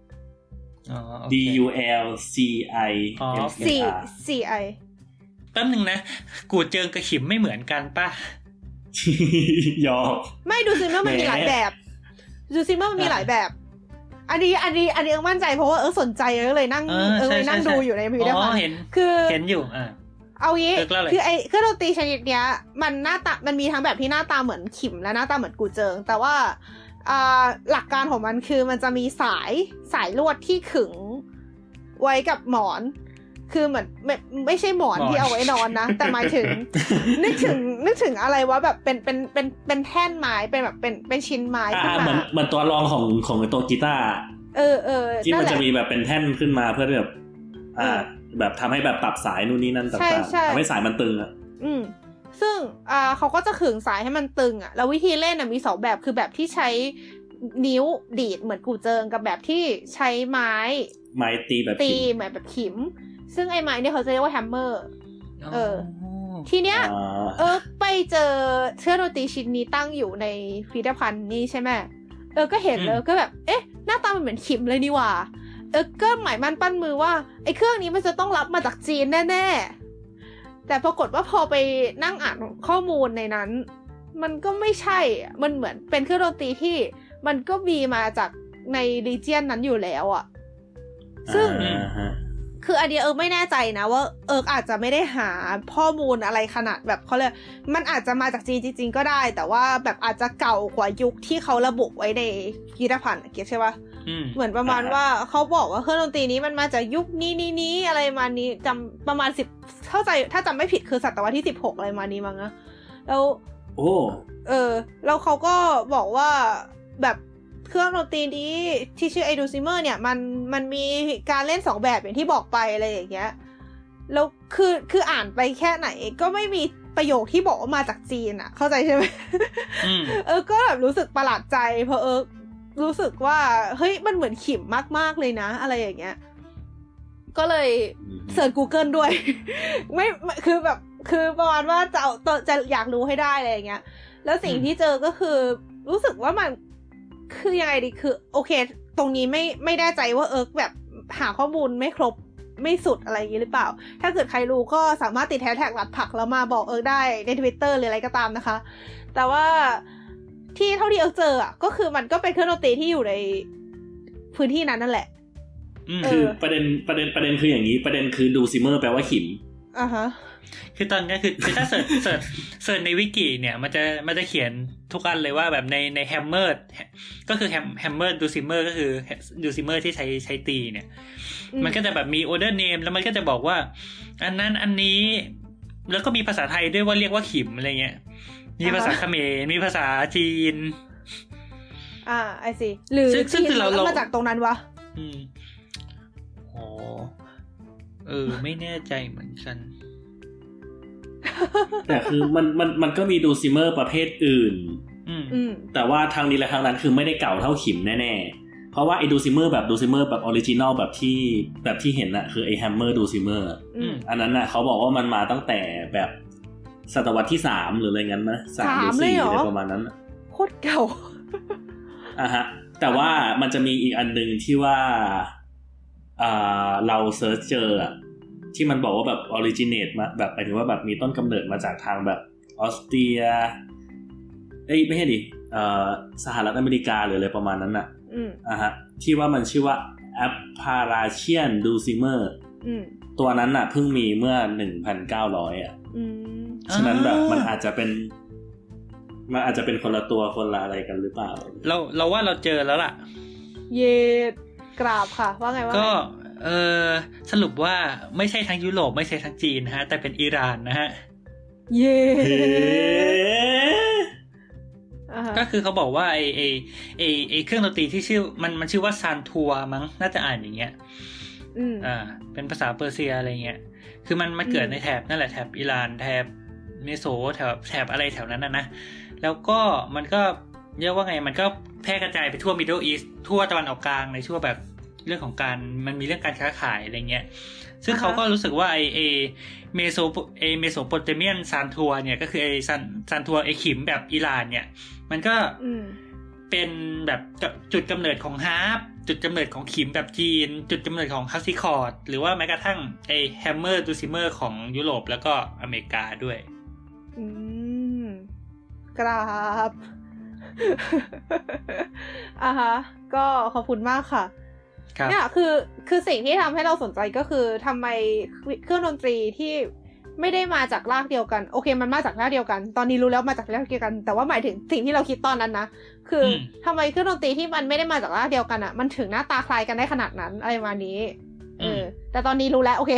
DULCIMER แป๊บนึงนะกูเจิงกับขิมไม่เหมือนกันป่ะยอมไม่ดูซิเมอร์มันมีหลายแบบดูซิเมอร์มันมีหลายแบบอันนี้มั่นใจเพราะว่าสนใจเลยนั่งเลยนั่งดูอยู่ในพิพิธภัณฑ์คือเห็นอยู่เอางี้คือไอ้เครื่องดนตรีชนิดเนี้ยมันหน้าตามันมีทั้งแบบที่หน้าตาเหมือนขิมและหน้าตาเหมือนกูเจิงแต่ว่าหลักการของมันคือมันจะมีสายลวดที่ขึงไว้กับหมอนคือเหมือนไม่ใช่หมอนที่เอาไว้นอนนะแต่หมายถึง นึกถึงอะไรวะแบบเป็นแท่นไม้เป็นแบบเป็นชิ้นไม้ขึ้นมาเหมือนตัวรองของตัวกีตาร์ที่มันจะมีแบบเป็นแท่นขึ้นมาเพื่อแบบแบบทำให้แบบปรับสายนู่นนี่นั่นต่างๆทำให้สายมันตึงซึ่งเขาก็จะขึงสายให้มันตึงแล้ววิธีเล่นมี2แบบคือแบบที่ใช้นิ้วดีดเหมือนกูเจิงกับแบบที่ใช้ไม้ตีแบบขิมซึ่งไอ้ไม้เนี่ยเขาจะเรียกว่าแฮมเมอร์ทีเนี้ยไปเจอเครื่องดนตรีชิ้นนี้ตั้งอยู่ในพิพิธภัณฑ์นี่ใช่ไหมก็เห็นเลยก็แบบหน้าตามันเหมือนขิมเลยนี่หว่าก็หมายมั่นปั้นมือว่าไอ้เครื่องนี้มันจะต้องรับมาจากจีนแน่ๆแต่ปรากฏว่าพอไปนั่งอ่านข้อมูลในนั้นมันก็ไม่ใช่มันเหมือนเป็นเครื่องดนตรีที่มันก็มีมาจากในรีเจียนนั้นอยู่แล้วซึ่งคืออันนี้ไม่แน่ใจนะว่าอาจจะไม่ได้หาข้อมูลอะไรขนาดแบบเขาเลยมันอาจจะมาจากจีนจริงๆก็ได้แต่ว่าแบบอาจจะเก่ากว่ายุคที่เขาระบุไว้ในพิพิธภัณฑ์เก็ตใช่ปะเหมือนประมาณว่าเขาบอกว่าเครื่องดนตรีนี้มันมาจากยุคนี้อะไรมานี้จำประมาณ10เข้าใจถ้าจำไม่ผิดคือศตวรรษที่16อะไรมานี้มั้งนะแล้วแล้วเขาก็บอกว่าแบบเครื่องดนตรีนี้ที่ชื่อไอดูซิเมอร์เนี่ยมันมีการเล่น2แบบอย่างที่บอกไปอะไรอย่างเงี้ยแล้วคืออ่านไปแค่ไหนก็ไม่มีประโยคที่บอกว่ามาจากจีนอ่ะเข้าใจใช่ไหมก็แบบรู้สึกประหลาดใจเพราะรู้สึกว่าเฮ้ยมันเหมือนขิมมากๆเลยนะอะไรอย่างเงี้ยก็เลยเสิร์ช Google ด้วย ไม่คือแบบคือประมาณว่าจะอยากรู้ให้ได้อะไรอย่างเงี้ยแล้วสิ่งที่เจอก็คือรู้สึกว่ามันคือยังไงดีคือโอเคตรงนี้ไม่แน่ใจว่าแบบหาข้อมูลไม่ครบไม่สุดอะไรอย่างงี้หรือเปล่าถ้าเกิดใครรู้ก็สามารถติดแฮชแท็กหลัดผักแล้วมาบอกได้ใน Twitter หรืออะไรก็ตามนะคะแต่ว่าที่เท่าที่เจออ่ะก็คือมันก็เป็นเครื่องดนตรีที่อยู่ในพื้นที่นั้นนั่นแหละคือประเด็นคืออย่างนี้ประเด็นคือดูซิเมอร์แปลว่าขิมฮะคือตอนนี้คือถ้าเสิร์ชในวิกิเนี่ยมันจะเขียนทุกอันเลยว่าแบบในแฮมเมอร์ก็คือแฮมเมอร์ดูซิเมอร์ก็คือดูซิเมอร์ที่ใช้ตีเนี่ยมันก็จะแบบมีออเดอร์เนมแล้วมันก็จะบอกว่าอันนั้นอันนี้แล้วก็มีภาษาไทยด้วยว่าเรียกว่าขิมอะไรเงี้ยมีภาษาเขมรมีภาษาจีนไอซีหรือซึ่งเรามาจากตรงนั้นวะอ๋อไม่แน่ใจเหมือนกันแต่คือมันก็มีดูซิเมอร์ประเภทอื่นแต่ว่าทางนี้และทางนั้นคือไม่ได้เก่าเท่าขิมแน่ๆเพราะว่าไอ้ดูซิเมอร์แบบออริจินอลแบบที่เห็นน่ะคือไอ้แฮมเมอร์ดูซิเมอร์อันนั้นน่ะเขาบอกว่ามันมาตั้งแต่แบบศตวรรษที่3หรืออะไรงั้นนะ3หรือ4อะไรประมาณนั้นโคตรเก่าฮะแต่ว่ามันจะมีอีกอันนึงที่ว่าเราเซิร์ชเจอที่มันบอกว่าแบบออริจิเนตมาแบบหมายถึงว่าแบบมีต้นกำเนิดมาจากทางแบบออสเตรียไม่ใช่ดิสหรัฐอเมริกาหรืออะไรประมาณนั้นน่ะฮะที่ว่ามันชื่อว่า Appalachian Dulcimer ตัวนั้นน่ะเพิ่งมีเมื่อ 1,900 ฉะนั้นแบบมันอาจจะเป็นคนละตัวคนละอะไรกันหรือเปล่าเราว่าเราเจอแล้วล่ะเยกราบค่ะว่าไงว่าก็สรุปว่าไม่ใช่ทั้งยุโรปไม่ใช่ทั้งจีนนะฮะแต่เป็นอิหร่านนะฮะเย่ก็คือเขาบอกว่าไอเครื่องดนตรีที่ชื่อมันชื่อว่าซานทัวมั้งน่าจะอ่านอย่างเงี้ยเป็นภาษาเปอร์เซียอะไรเงี้ยคือมันเกิดในแถบนั่นแหละแถบอิหร่านแถบเมโสแถบอะไรแถวนั้นนะแล้วก็มันก็เรียกว่าไงมันก็แพร่กระจายไปทั่วมิดเดิลอีสต์ทั่วตะวันออกกลางในช่วงแบบเรื่องของการมันมีเรื่องการค้าขายอะไรเงี้ยซึ่งเขาก็รู้สึกว่าไอเมโสโปเตเมียนซานทัวเนี่ยก็คือไอซานทัวไอขิมแบบอิหร่านเนี่ยมันก็เป็นแบบจุดกำเนิดของฮาร์ปจุดกำเนิดของขิมแบบจีนจุดกำเนิดของฮาร์ซิคอร์ดหรือว่าแม้กระทั่งไอแฮมเมอร์ดูซิเมอร์ของยุโรปแล้วก็อเมริกาด้วยกราบฮะก็ขอบคุณมากค่ะเนี่ยคือสิ่งที่ทำให้เราสนใจก็คือทำไมเครื่องดนตรีที่ไม่ได้มาจากรากเดียวกันโอเคมันมาจากรากเดียวกันตอนนี้รู้แล้วมาจากรากเดียวกันแต่ว่าหมายถึงสิ่งที่เราคิดตอนนั้นนะคือทำไมเครื่องดนตรีที่มันไม่ได้มาจากรากเดียวกันมันถึงหน้าตาคล้ายกันได้ขนาดนั้นอะไรประมาณนี้แต่ตอนนี้รู้แล้วโอเค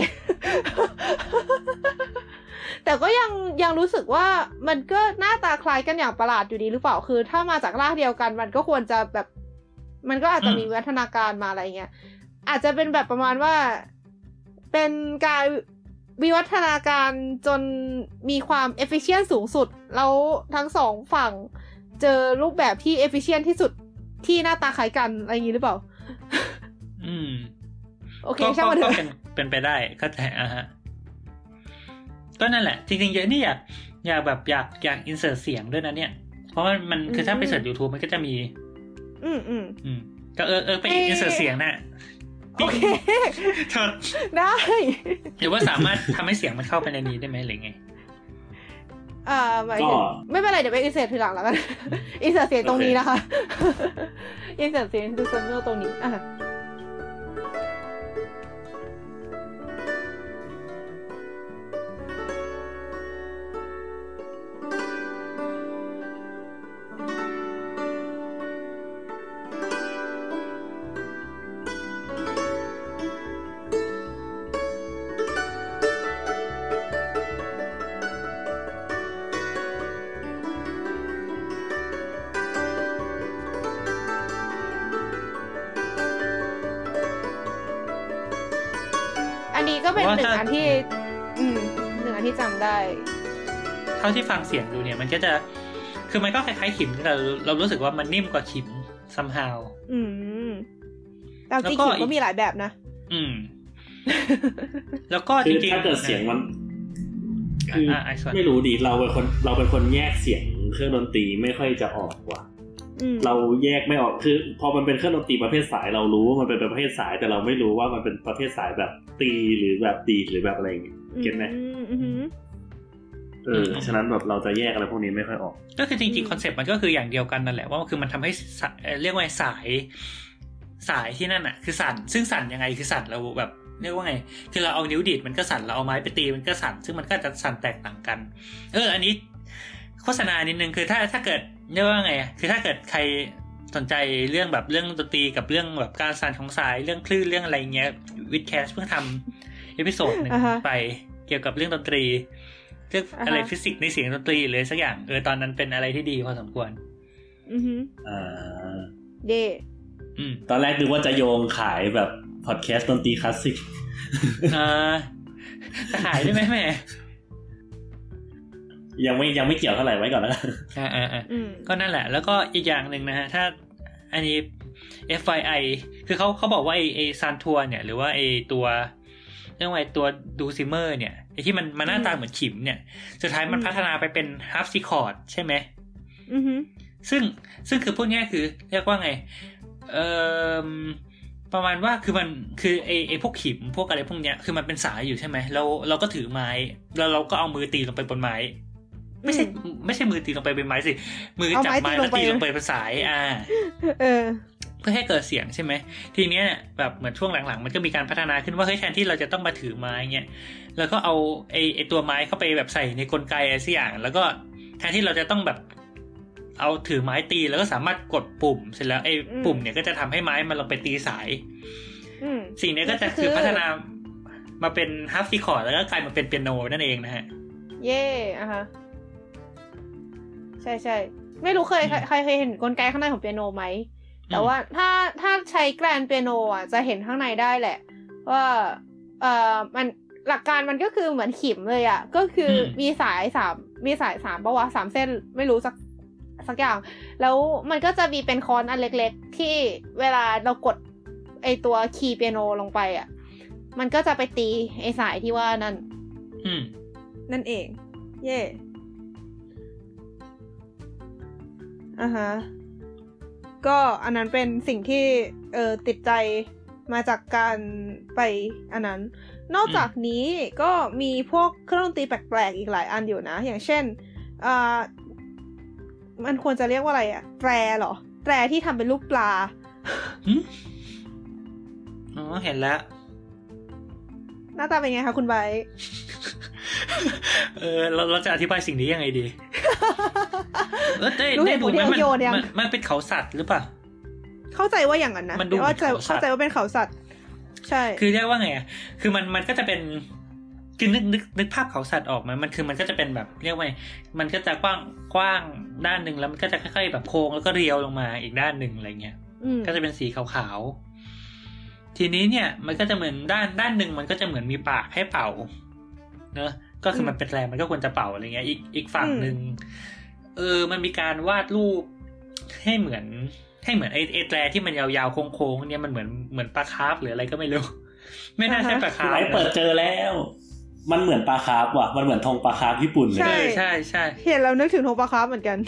แต่ก็ยังรู้สึกว่ามันก็หน้าตาคล้ายกันอย่างประหลาดอยู่ดีหรือเปล่าคือถ้ามาจากรากเดียวกันมันก็ควรจะแบบมันก็อาจจะมีวิวัฒนาการมาอะไรเงี้ยอาจจะเป็นแบบประมาณว่าเป็นการวิวัฒนาการจนมีความ efficient สูงสุดแล้วทั้งสองฝั่งเจอรูปแบบที่ efficient ที่สุดที่หน้าตาคล้ายกันอะไรอย่างนี้หรือเปล่าโอเคใช่ไหมก็เป็นไปได้เข้าใจฮะก็นั่นแหละจริงๆเยอะนี่อยากแบบอยากอินเสิร์ตเสียงด้วยนะเนี่ยเพราะว่ามันคือถ้าไปเสิร์ช YouTube มันก็จะมีก็ไปอินเสิร์ตเสียงน่ะโอเคได้หรือว่าสามารถทำให้เสียงมันเข้าไปในนี้ได้ไหมหรือไงไม่เป็นไรเดี๋ยวไปอินเสิร์ตทีหลังแล้วกันอินเสิร์ตเสียงตรงนี้นะคะอินเสิร์ตเสียงดูซัมเมอร์ตรงนี้ก็เป็นหนึ่งอันที่จำได้ท่าที่ฟังเสียงดูเนี่ยมันก็จะคือมันก็คล้ายๆขิมแต่เรารู้สึกว่ามันนิ่มกว่าขิม somehow แต่จริงขิมก็มีหลายแบบนะแล้วก็จริงๆถ้าเกิดเสียงมันคือไม่รู้ดิเราเป็นคนแยกเสียงเครื่องดนตรีไม่ค่อยจะออกว่ะเราแยกไม่ออกคือพอมันเป็นเครื่องดนตรีประเภทสายเรารู้ว่ามันเป็นประเภทสายแต่เราไม่รู้ว่ามันเป็นประเภทสายแบบตีหรือแบบดีหรือแบบอะไรอย่างเงี้ยเก็ทไหมฉะนั้นแบบเราจะแยกอะไรพวกนี้ไม่ค่อยออกก็คือจริงๆคอนเซ็ปต์มันก็คืออย่างเดียวกันนั่นแหละว่าคือมันทำให้เรียกว่าสายที่นั่นอ่ะคือสั่นซึ่งสั่นยังไงคือสั่นเราแบบเรียกว่าไงคือเราเอานิ้วดีดมันก็สั่นเราเอาไม้ไปตีมันก็สั่นซึ่งมันก็จะสั่นแตกต่างกันอันนี้โฆษณานิดนึงคือถ้าเกิดเรียกว่าไงคือถ้าเกิดใครสนใจเรื่องแบบเรื่องดนตรีกับเรื่องแบบการสั่นของสายเรื่องคลื่นเรื่องอะไรเงี้ยวิดแคสเพิ่งทำเอพิโซดนึงไปเกี่ยวกับเรื่องดนตรีเรื่องอะไรฟิสิกส์ในเสียงดนตรีหรือสักอย่างตอนนั้นเป็นอะไรที่ดีพอสมควรเด้ตอนแรกนึกว่าจะโยงขายแบบพอดแคสต์ดนตรีคลาสสิกจะขายได้ไหมแม่ยังไม่เกี่ยวเท่าไหร่ไว้ก่อนแล้วก็นั่นแหละแล้วก็อีกอย่างหนึ่งนะฮะถ้าอันนี้ FYI คือเขาบอกว่าไอ้ซานทัวเนี่ยหรือว่าไอ้ตัวเรื่องไอ้ตัวดูซิเมอร์เนี่ยไอ้ที่มันหน้าตาเหมือนขิมเนี่ยสุดท้ายมันพัฒนาไปเป็นฮาร์ปซีคอร์ดใช่ไหมซึ่งคือพูดง่ายคือเรียกว่าไงประมาณว่าคือมันคือไอ้พวกขิมพวกอะไรพวกเนี้ยคือมันเป็นสายอยู่ใช่ไหมเราก็ถือไม้แล้วเราก็เอามือตีลงไปบนไม้ไม่ใช่มือตีลงไปเป็นไม้สิมือจับไม้แล้วตีลงไปเป็นสายเพื่อให้เกิดเสียงใช่ไหมทีเนี้ยเนี่ยแบบเหมือนช่วงหลังๆมันก็มีการพัฒนาขึ้นว่าเฮ้ยแทนที่เราจะต้องมาถือไม้เงี้ยแล้วก็เอาไอ้ตัวไม้เข้าไปแบบใส่ในกลไกอะไรสักอย่างแล้วก็แทนที่เราจะต้องแบบเอาถือไม้ตีแล้วก็สามารถกดปุ่มเสร็จแล้วไอ้ปุ่มเนี่ยก็จะทำให้ไม้มันลงไปตีสายสิ่งนี้ก็จะคือพัฒนามาเป็นฮาร์ปซีคอร์ดแล้วก็กลายมาเป็นเปียโนนั่นเองนะฮะเย่ใช่ๆไม่รู้ใครเคยเห็นกลไกข้างในของเปียโนไหมแต่ว่าถ้าใช้แกรนเปียโนอ่ะจะเห็นข้างในได้แหละว่ามันหลักการมันก็คือเหมือนขิมเลยอ่ะก็คือมีสาย3ป่ะวะ3เส้นไม่รู้สักอย่างแล้วมันก็จะมีเป็นคอนอันเล็กๆที่เวลาเรากดไอตัวคีย์เปียโนลงไปอ่ะมันก็จะไปตีไอสายที่ว่านั่นเองเย่ก็อันนั้นเป็นสิ่งที่ติดใจมาจากการไปอันนั้นนอกจากนี้ก็มีพวกเครื่องดนตรีแปลกๆอีกหลายอันอยู่นะอย่างเช่นมันควรจะเรียกว่าอะไรอะแตรเหรอแตรที่ทำเป็นรูปปลาเห็นแล้วหน้าตาเป็นไงคะคุณไบเราจะอธิบายสิ่งนี้ยังไงดีได้ดูมันเป็นเขาสัตว์หรือเปล่าเข้าใจว่าอย่างนั้นนะเข้าใจว่าเป็นเขาสัตว์ใช่คือเรียกว่าไงคือมันก็จะเป็นคือนึกภาพเขาสัตว์ออกมามันคือมันก็จะเป็นแบบเรียกว่ามันก็จะกว้างด้านนึงแล้วมันก็จะค่อยๆแบบโค้งแล้วก็เรียวลงมาอีกด้านนึงอะไรเงี้ยก็จะเป็นสีขาวๆทีนี้เนี่ยมันก็จะเหมือนด้านนึงมันก็จะเหมือนมีปากให้เป่าเนอะก็คือมันเป็นแรงมันก็ควรจะเป่าอะไรเงี้ยอีกฝั่งนึงมันมีการวาดรูปให้เหมือนไอ้แตรที่มันยาวๆโค้งๆเนี่ยมันเหมือนปลาคาร์ฟหรืออะไรก็ไม่รู้ไม่น่าใช่ปลาคาร์ฟไอ้เปิดเจอแล้วมันเหมือนปลาคาร์ฟว่ะมันเหมือนธงปลาคาร์ฟญี่ปุ่นเลยใช่เห็นเรานึกถึงธงปลาคาร์ฟเหมือนกัน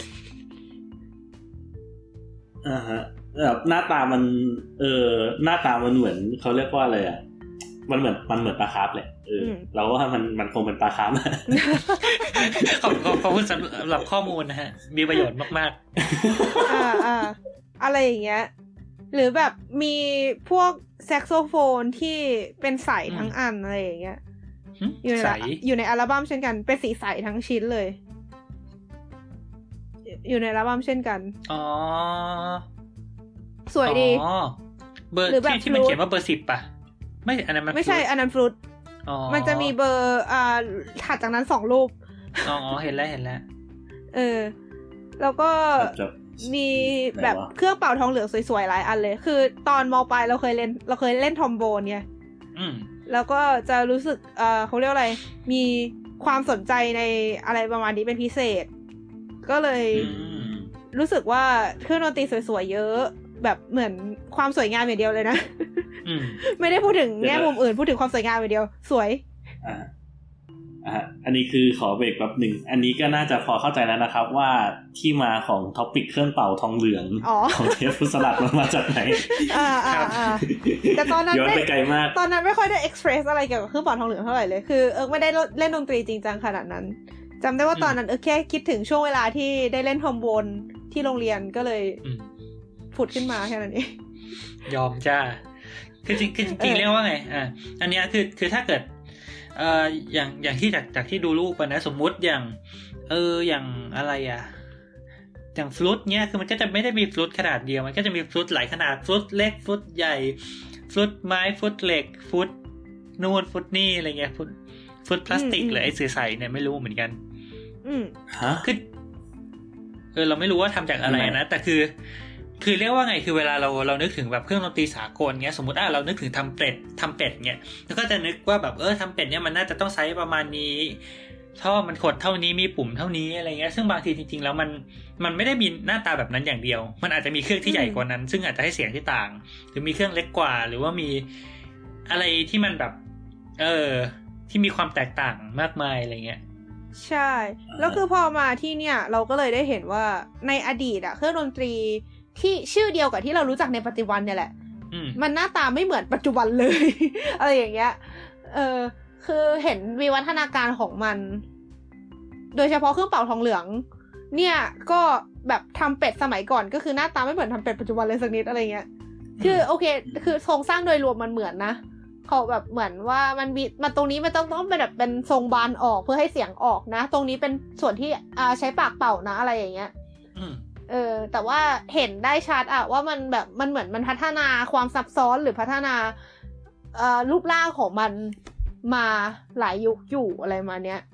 ฮะแบบหน้าตามันเหมือนเขาเรียกว่าอะไรอ่ะมันเหมือนปลาคาร์ฟเลยเราก็ว่ามันคงเป็นปลาคาร์ฟขอบคุณสำหรับข้อมูลนะฮะมีประโยชน์มากๆอะไรอย่างเงี้ยหรือแบบมีพวกแซกโซโฟนที่เป็นใสทั้งอันอะไรอย่างเงี้ยอยู่ในอัลบั้มเช่นกันเป็นสีใสทั้งชิ้นเลยอยู่ในอัลบั้มเช่นกันสวยดีเบอร์ที่มันเขียนว่าเบอร์10ป่ะไม่อันนั้นมันไม่ใช่อันนั้นฟรุตมันจะมีเบอร์ถัดจากนั้น2รูปเห็นแล้วแล้วก็มีแบบเครื่องเป่าทองเหลืองสวยๆหลายอันเลยคือตอนม.ปลายเราเคยเล่นทอมโบนไงแล้วก็จะรู้สึกเขาเรียกอะไรมีความสนใจในอะไรประมาณนี้เป็นพิเศษก็เลยรู้สึกว่าเครื่องดนตรีสวยๆเยอะแบบเหมือนความสวยงามอย่างเดียวเลยนะไม่ได้พูดถึงแง่มุมอื่นพูดถึงความสวยงามอย่างเดียวสวยอันนี้คือขอเบรกแป๊บหนึ่งอันนี้ก็น่าจะพอเข้าใจแล้วนะครับว่าที่มาของท็อปิกเครื่องเป่าทองเหลืองของเทปฟุตสลัดมันมาจากไหนแต่ตอนนั้นย้อนไปไกลมากตอนนั้นไม่ค่อยได้เอ็กซ์เพรสอะไรเกี่ยวกับเครื่องเป่าทองเหลืองเท่าไหร่เลยคือไม่ได้เล่นดนตรีจริงจังขนาดนั้นจำได้ว่าตอนนั้นแค่คิดถึงช่วงเวลาที่ได้เล่นทอมโบนที่โรงเรียนก็เลยผุดขึ้นมาแค่นั้นเองยอมจ้าคือจริงเรียกว่าไงอันนี้คือถ้าเกิดอย่างที่จากที่ดูรูปนะสมมุติอย่างอย่างอะไรอย่างฟลุตเนี้ยคือมันก็จะไม่ได้มีฟลุตขนาดเดียวมันก็จะมีฟลุตหลายขนาดฟลุตเล็กฟลุตใหญ่ฟลุตไม้ฟลุตเหล็กฟลุตนู่นฟลุตนี่อะไรเงี้ยฟลุตพลาสติกหรือไอ้ใสๆเนี่ยไม่รู้เหมือนกันคือเราไม่รู้ว่าทำจากอะไรนะแต่คือเรียกว่าไงคือเวลาเรานึกถึงแบบเครื่องดนตรีสากลเงี้ยสมมติเรานึกถึงทำเป็ดเงี้ยแล้วก็จะนึกว่าแบบทำเป็ดเนี้ยมันน่าจะต้องไซส์ประมาณนี้ท่อมันขดเท่านี้มีปุ่มเท่านี้อะไรเงี้ยซึ่งบางทีจริงๆแล้วมันไม่ได้มีหน้าตาแบบนั้นอย่างเดียวมันอาจจะมีเครื่องที่ใหญ่กว่านั้นซึ่งอาจจะให้เสียงที่ต่างหรือมีเครื่องเล็กกว่าหรือว่ามีอะไรที่มันแบบที่มีความแตกต่างมากมายอะไรเงี้ยใช่แล้วคือพอมาที่เนี่ยเราก็เลยได้เห็นว่าในอดีตเครื่องดนตรีที่ชื่อเดียวกับที่เรารู้จักในปัจจุบันเนี่ยแหละมันหน้าตาไม่เหมือนปัจจุบันเลย อะไรอย่างเงี้ยคือเห็นวิวัฒนาการของมันโดยเฉพาะเครื่องเป่าทองเหลืองเนี่ยก็แบบทำเป็ดสมัยก่อนก็คือหน้าตาไม่เหมือนทำเป็ดปัจจุบันเลยสักนิดอะไรเงี้ยคือโอเคคือโครงสร้างโดยรวมมันเหมือนนะเขาแบบเหมือนว่ามันตรงนี้มันต้องเป็นแบบเป็นทรงบานออกเพื่อให้เสียงออกนะตรงนี้เป็นส่วนที่ใช้ปากเป่านะอะไรอย่างเงี้ยแต่ว่าเห็นได้ชัดว่ามันแบบมันเหมือนมันพัฒนาความซับซ้อนหรือพัฒนารูปร่างของมันมาหลายยุคอยู่อะไรมาเนี้ย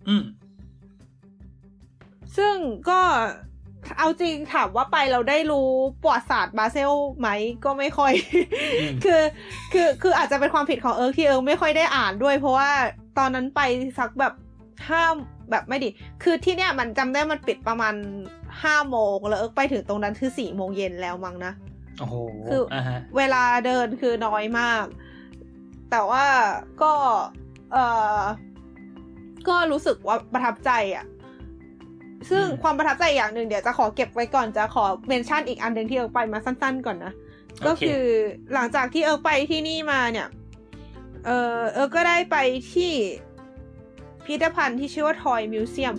ซึ่งก็เอาจริงถามว่าไปเราได้รู้ประวัติศาสตร์บาเซลไหมก็ไม่ค่อย คืออาจจะเป็นความผิดของที่ไม่ค่อยได้อ่านด้วยเพราะว่าตอนนั้นไปสักแบบแบบไม่ดิคือที่เนี้ยมันจำได้มันปิดประมาณ5 โมงแล้วไปถึงตรงนั้นคือ4 โมงเย็นแล้วมั้งนะโอ้โหคือเวลาเดินคือน้อยมากแต่ว่าก็รู้สึกว่าประทับใจซึ่งความประทับใจอย่างหนึ่งเดี๋ยวจะขอเก็บไว้ก่อนจะขอเมนชั่นอีกอันนึงที่ไปมาสั้นๆก่อนนะ ก็คือหลังจากที่ไปที่นี่มาเนี่ยก็ได้ไปที่พิพิธภัณฑ์ที่ชื่อว่า Toy Museum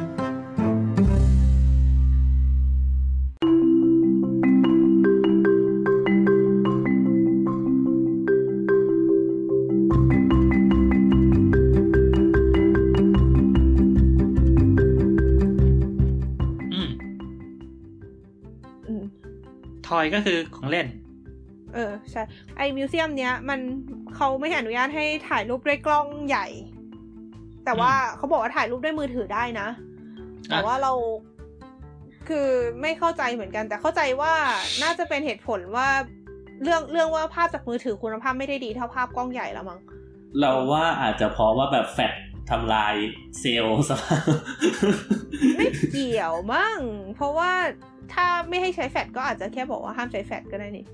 ทอยก็คือของเล่นใช่ไอ้มิวเซียมเนี้ยเขาไม่อนุญาตให้ถ่ายรูปด้วยกล้องใหญ่แต่ว่าเขาบอกว่าถ่ายรูปด้วยมือถือได้นะแต่ว่าเราคือไม่เข้าใจเหมือนกันแต่เข้าใจว่าน่าจะเป็นเหตุผลว่าเรื่องว่าภาพจากมือถือคุณภาพไม่ได้ดีเท่าภาพกล้องใหญ่แล้วมั้งเราว่าอาจจะเพราะว่าแบบแฟลชทำลายเซลล์ซะไม่เกี่ยวมั้งเพราะว่าถ้าไม่ให้ใช้แฟลชก็อาจจะแค่บอกว่าห้ามใช้แฟลชก็ได้นี่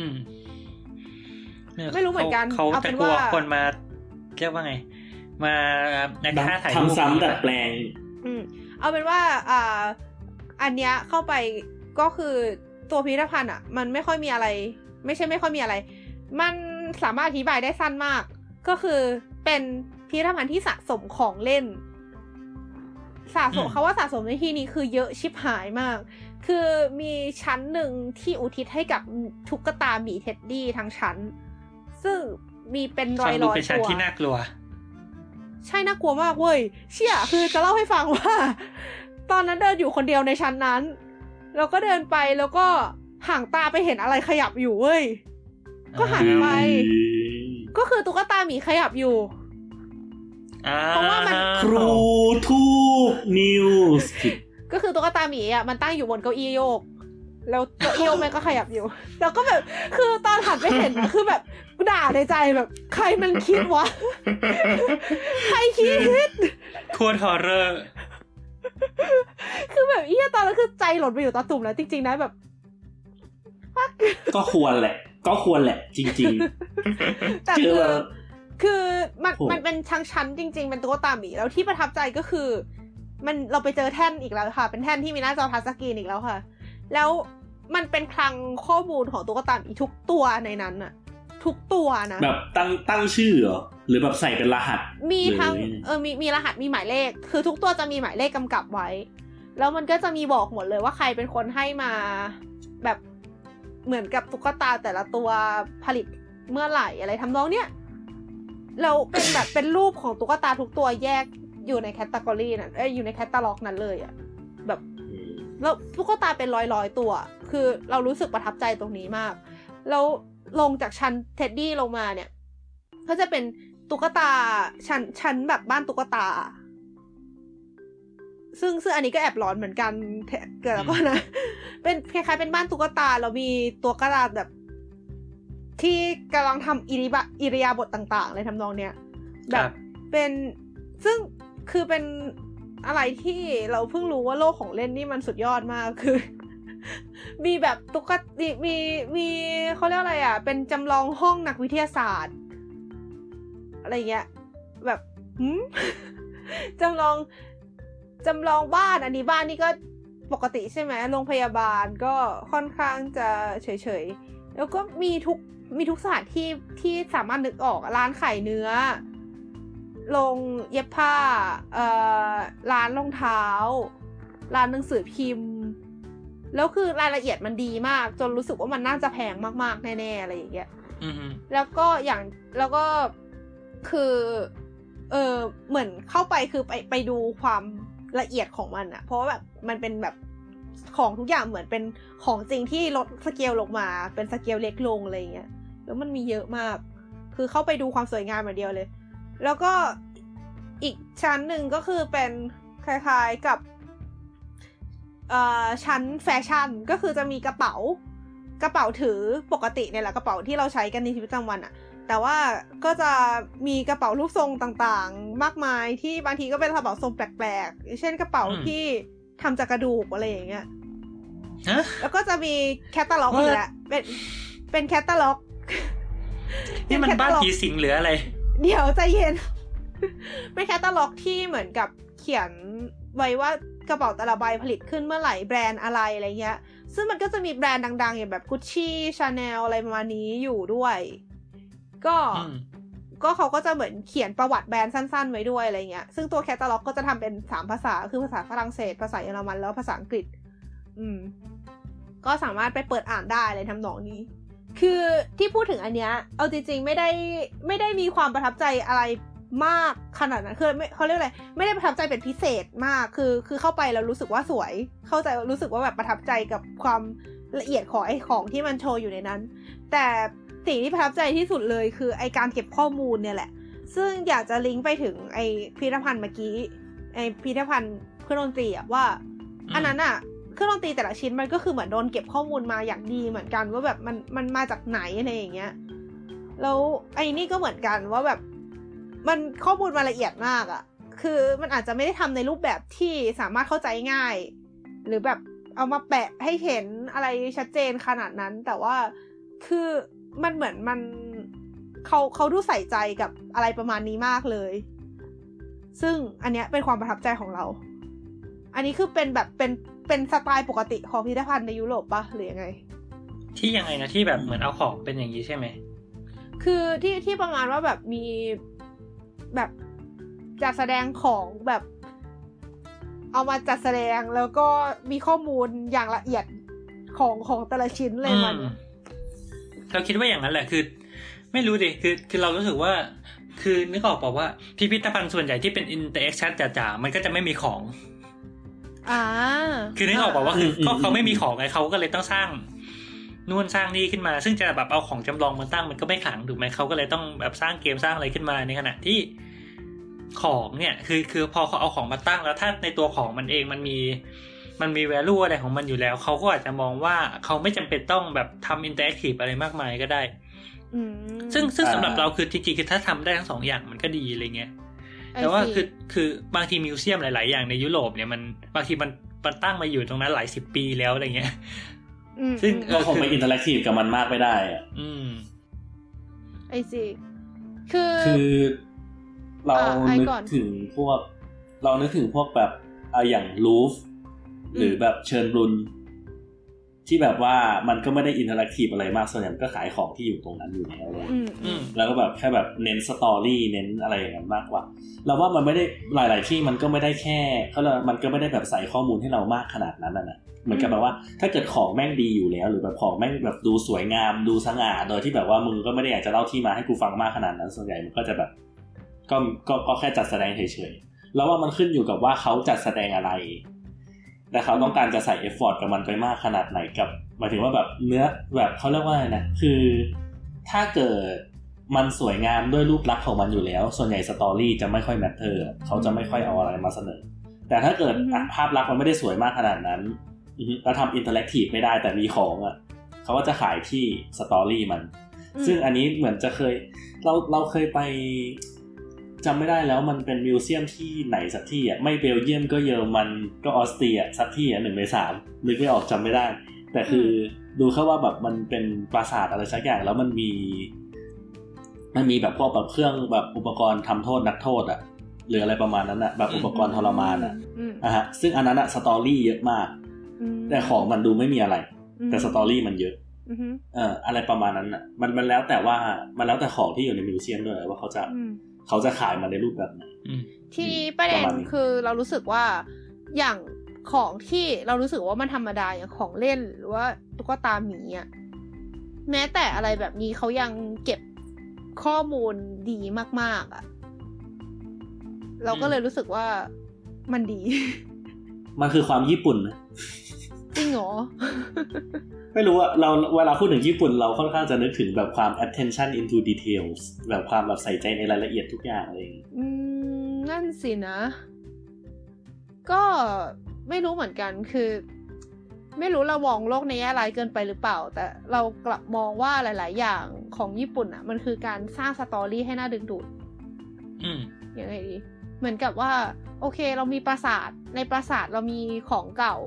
ไม่รู้เหมือนกันเขาจะกลัวคนมาเรียกว่าไงมาในค่าถ่ายรูปทำซ้ำดัดแปลงเอาเป็นว่าอันเนี้ยเข้าไปก็คือตัวพิพิธภัณฑ์มันไม่ค่อยมีอะไรไม่ใช่ไม่ค่อยมีอะไรมันสามารถอธิบายได้สั้นมากก็คือเป็นพิพิธภัณฑ์ที่สะสมของเล่นสะสมเขาว่าสะสมในที่นี้คือเยอะชิบหายมากคือมีชั้นหนึ่งที่อุทิศให้กับตุ๊กตาหมีเท็ดดี้ทั้งชั้นซึ่งมีเป็นร้อยๆตัวเป็นชั้นที่น่ากลัวใช่น่ากลัวมากเว้ยเชี่ยคือจะเล่าให้ฟังว่าตอนนั้นเดินอยู่คนเดียวในชั้นนั้นแล้วก็เดินไปแล้วก็ห่างตาไปเห็นอะไรขยับอยู่เว้ยก็หันไปก็คือตุ๊กตาหมีขยับอยู่เพราะว่ามันครูทูบนิวส์ก็คือตุ๊กตาหมีมันตั้งอยู่บนเก้าอี้โยกแล้วเก้าอี้โยกมันก็ขยับอยู่แล้วก็แบบคือตอนหันไปเห็นคือแบบด่าในใจแบบใครมันคิดวะใครคิดคตรฮอร์เรอร์คือแบบตอนนั้นคือใจหล่นไปอยู่ตาตุ่มแล้วจริงๆนะแบบก็ควรแหละจริงๆแต่คือมันเป็นชั้นจริงๆเป็นตุ๊กตาหมีแล้วที่ประทับใจก็คือเราไปเจอแท่นอีกแล้วค่ะเป็นแท่นที่มีหน้าจอทัชสกรีนอีกแล้วค่ะแล้วมันเป็นคลังข้อมูลของตุ๊กตาหมีทุกตัวในนั้นน่ะทุกตัวนะแบบตั้งชื่อเหรอหรือแบบใส่เป็นรหัสมีทั้งมีรหัสมีหมายเลขคือทุกตัวจะมีหมายเลขกำกับไว้แล้วมันก็จะมีบอกหมดเลยว่าใครเป็นคนให้มาแบบเหมือนกับตุ๊กตาแต่ละตัวผลิตเมื่อไหร่อะไรทำนองเนี้ยเราเป็นแบบเป็นรูปของตุ๊กตาทุกตัวแยกอยู่ในแคตตากรีนั้นอยู่ในแคตตาล็อกนั้นเลยอ่ะแบบแล้วตุ๊กตาเป็นร้อยตัวคือเรารู้สึกประทับใจตรงนี้มากแล้วลงจากชั้นเท็ดดี้ลงมาเนี่ยก็จะเป็นตุ๊กตาชั้นแบบบ้านตุ๊กตาซึ่งอันนี้ก็แอบร้อนเหมือนกันเกิดแล้วก็นะเป็นคล้ายๆเป็นบ้านตุ๊กตาแล้วมีตัวกระดาษแบบที่กำลังทำอิริยาบถต่างๆเลยทำนองเนี้ยแบบเป็นซึ่งคือเป็นอะไรที่เราเพิ่งรู้ว่าโลกของเล่นนี่มันสุดยอดมากคือมีแบบตุ๊กตามีเขาเรียกอะไรอ่ะเป็นจำลองห้องนักวิทยาศาสตร์อะไรเงี้ยแบบจำลองบ้านอันนี้บ้านนี่ก็ปกติใช่ไหมโรงพยาบาลก็ค่อนข้างจะเฉยๆแล้วก็มีทุกสถานที่สามารถนึกออกร้านขายเนื้อโรงเย็บผ้าร้านรองเท้าร้านหนังสือพิมพ์แล้วคือรายละเอียดมันดีมากจนรู้สึกว่ามันน่าจะแพงมากๆแน่ๆอะไรอย่างเงี้ยแล้วก็คือเหมือนเข้าไปคือไปดูความละเอียดของมันอะเพราะว่าแบบมันเป็นแบบของทุกอย่างเหมือนเป็นของจริงที่ลดสเกลลงมาเป็นสเกลเล็กลงอะไรอย่างเงี้ยแล้วมันมีเยอะมากคือเข้าไปดูความสวยงามอย่างเดียวเลยแล้วก็อีกชั้นหนึ่งก็คือเป็นคล้ายๆกับชั้นแฟชั่นก็คือจะมีกระเป๋าถือปกติเนี่ยแหละกระเป๋าที่เราใช้กันในชีวิตประจำวันอะแต่ว่าก็จะมีกระเป๋ารูปทรงต่างๆมากมายที่บางทีก็เป็นกระเป๋าทรงแปลกๆเช่นกระเป๋าที่ทำจากกระดูกอะไรอย่างเงี้ยแล้วก็จะมีแคตตาล็อกอีกแหละเป็นแคตตาล็อกนี่มันบ้านผีสิงหรืออะไรเดี๋ยวใจเย็นเป็นแคตตาล็อกที่เหมือนกับเขียนไว้ว่ากระเป๋าแต่ละใบผลิตขึ้นเมื่อไหร่แบรนด์อะไรเงี้ยซึ่งมันก็จะมีแบรนด์ดังๆอย่างแบบ Gucci Chanel อะไรประมาณนี้อยู่ด้วยก็เขาก็จะเหมือนเขียนประวัติแบรนด์สั้นๆไว้ด้วยอะไรเงี้ยซึ่งตัวแคตตาล็อกก็จะทำเป็น3ภาษาคือภาษาฝรั่งเศสภาษาเยอรมันแล้วภาษาอังกฤษก็สามารถไปเปิดอ่านได้เลยทำนองนี้คือที่พูดถึงอันเนี้ยเอาจริงๆไม่ได้มีความประทับใจอะไรมากขนาดนั้นคือเขาเรียกอะไรไม่ได้ประทับใจเป็นพิเศษมากคือเข้าไปแล้วรู้สึกว่าสวยเข้าใจรู้สึกว่าแบบประทับใจกับความละเอียดของไอ้ของที่มันโชว์อยู่ในนั้นแต่สิ่งที่ประทับใจที่สุดเลยคือไอ้การเก็บข้อมูลเนี่ยแหละซึ่งอยากจะลิงก์ไปถึงไอ้พิพิธภัณฑ์เมื่อกี้ไอ้พิพิธภัณฑ์เครื่องดนตรีอะว่าอันนั้นอะเครื่องดนตรีแต่ละชิ้นมันก็คือเหมือนโดนเก็บข้อมูลมาอย่างดีเหมือนกันว่าแบบมันมาจากไหนอะไรอย่างเงี้ยแล้วไอ้นี่ก็เหมือนกันว่าแบบมันข้อมูลมาละเอียดมากอะคือมันอาจจะไม่ได้ทำในรูปแบบที่สามารถเข้าใจง่ายหรือแบบเอามาแปะให้เห็นอะไรชัดเจนขนาดนั้นแต่ว่าคือมันเหมือนมันเขาดูใส่ใจกับอะไรประมาณนี้มากเลยซึ่งอันเนี้ยเป็นความประทับใจของเราอันนี้คือเป็นแบบเป็นสไตล์ปกติของพิพิธภัณฑ์ในยุโรปปะหรือยังไงที่ยังไงนะที่แบบเหมือนเอาของเป็นอย่างนี้ใช่ไหมคือที่ประมาณว่าแบบมีแบบจัดแสดงของแบบเอามาจัดแสดงแล้วก็มีข้อมูลอย่างละเอียดของแต่ละชิ้นเลยมันเราคิดว่าอย่างนั้นแหละคือไม่รู้ดิคือเรารู้สึกว่าคือนึกออกเปล่าว่าพิพิธภัณฑ์ส่วนใหญ่ที่เป็นอินเตอร์แอคชั่นจ๋าๆมันก็จะไม่มีของคือนึกออกเปล่าว่าคือก็เขาไม่มีของไงเขาก็เลยต้องสร้างนู่นสร้างนี่ขึ้นมาซึ่งจะแบบเอาของจำลองมาตั้งมันก็ไม่ขลังถูกไหมเขาก็เลยต้องแบบสร้างเกมสร้างอะไรขึ้นมาในขณะที่ของเนี่ยคือพอเขาเอาของมาตั้งแล้วถ้าในตัวของมันเองมันมี value อะไรของมันอยู่แล้วเขาก็อาจจะมองว่าเขาไม่จำเป็นต้องแบบทำ interactive อะไรมากมายก็ได้ซึ่งสำหรับเราคือจริงๆคือถ้าทำได้ทั้งสองอย่างมันก็ดีอะไรเงี้ยแต่ว่าคือบางทีมิวเซียมหลายๆอย่างในยุโรปเนี่ยมันบางทีมันตั้งมาอยู่ตรงนั้นหลาย10 ปีแล้วอะไรเงี้ยซึ่งเราคงไปอินเทอร์แอคทีฟกับมันมากไม่ได้อ่ะไอซีคือเรานึกถึงพวกแบบอย่างลูฟหรือแบบเชิญบรุนที่แบบว่ามันก็ไม่ได้อินเทอร์แอคทีฟอะไรมากส่วนใหญ่ก็ขายของที่อยู่ตรงนั้นอยู่แล้วแล้วก็แบบแค่แบบเน้นสตอรี่เน้นอะไรอย่างนั้นมากกว่าเราว่ามันไม่ได้หลายๆที่มันก็ไม่ได้แค่มันก็ไม่ได้แบบใส่ข้อมูลให้เรามากขนาดนั้นนะเหมือนกับแบบว่าถ้าเกิดของแม่งดีอยู่แล้วหรือแบบของแม่งแบบดูสวยงามดูสง่าโดยที่แบบว่ามึงก็ไม่ได้อยากจะเล่าที่มาให้กูฟังมากขนาดนั้นส่วนใหญ่มันก็จะแบบก็แค่จัดแสดงเฉยๆแล้วว่ามันขึ้นอยู่กับว่าเขาจัดแสดงอะไรและเขาต้องการจะใส่เอฟฟอร์ตกับมันไปมากขนาดไหนกับหมายถึงว่าแบบเนื้อแบบเขาเรียกว่าอะไรนะคือถ้าเกิดมันสวยงามด้วยรูปลักษณ์ของมันอยู่แล้วส่วนใหญ่สตอรี่จะไม่ค่อยแมทเทอร์เขาจะไม่ค่อยเอาอะไรมาเสนอแต่ถ้าเกิดภาพลักษณ์มันไม่ได้สวยมากขนาดนั้นแล้วทำอินเทอร์แอคทีฟไม่ได้แต่มีของอ่ะเขาก็จะขายที่สตอรี่มันซึ่งอันนี้เหมือนจะเคยเราเคยไปจำไม่ได้แล้วมันเป็นมิวเซียมที่ไหนสักที่อ่ะไม่เบลเยียมก็เยอรมันก็ออสเตรียสักที่อ่ะ1 ใน 3นึกไม่ออกจำไม่ได้แต่คือดูแค่ว่าแบบมันเป็นปราสาทอะไรสักอย่างแล้วมันมีแบบพวกแบบเครื่องแบบอุปกรณ์ทำโทษนักโทษอ่ะหรืออะไรประมาณนั้นอ่ะแบบอุปกรณ์ทรมานอ่ะฮะซึ่งอันนั้นอ่ะสตอรี่เยอะมากแต่ของมันดูไม่มีอะไรแต่สตอรี่มันเยอะอะไรประมาณนั้นอ่ะมันแล้วแต่ว่ามันแล้วแต่ของที่อยู่ในมิวเซียมด้วยว่าเขาจะขายมันในรูปแบบไหนที่ประเด็นคือเรารู้สึกว่าอย่างของที่เรารู้สึกว่ามันธรรมดาอย่างของเล่นหรือว่าตุ๊กตาหมีอ่ะแม้แต่อะไรแบบนี้เขายังเก็บข้อมูลดีมากๆอ่ะเราก็เลยรู้สึกว่ามันดีมันคือความญี่ปุ่นนะจริงเหรอไม่รู้ว่าเราเวลาพูดถึงญี่ปุ่นเราค่อนข้างจะนึกถึงแบบความ attention into details แบบความแบบใส่ใจในรายละเอียดทุกอย่างอะไรอย่างงี้นั่นสินะก็ไม่รู้เหมือนกันคือไม่รู้เรามองโลกในแง่ร้ายเกินไปหรือเปล่าแต่เรากลับมองว่าหลายๆอย่างของญี่ปุ่นอ่ะมันคือการสร้างสตอรี่ให้น่าดึงดูดยังไงดีเหมือนกับว่าโอเคเรามีปราสาทในปราสาทเรามีของเก่า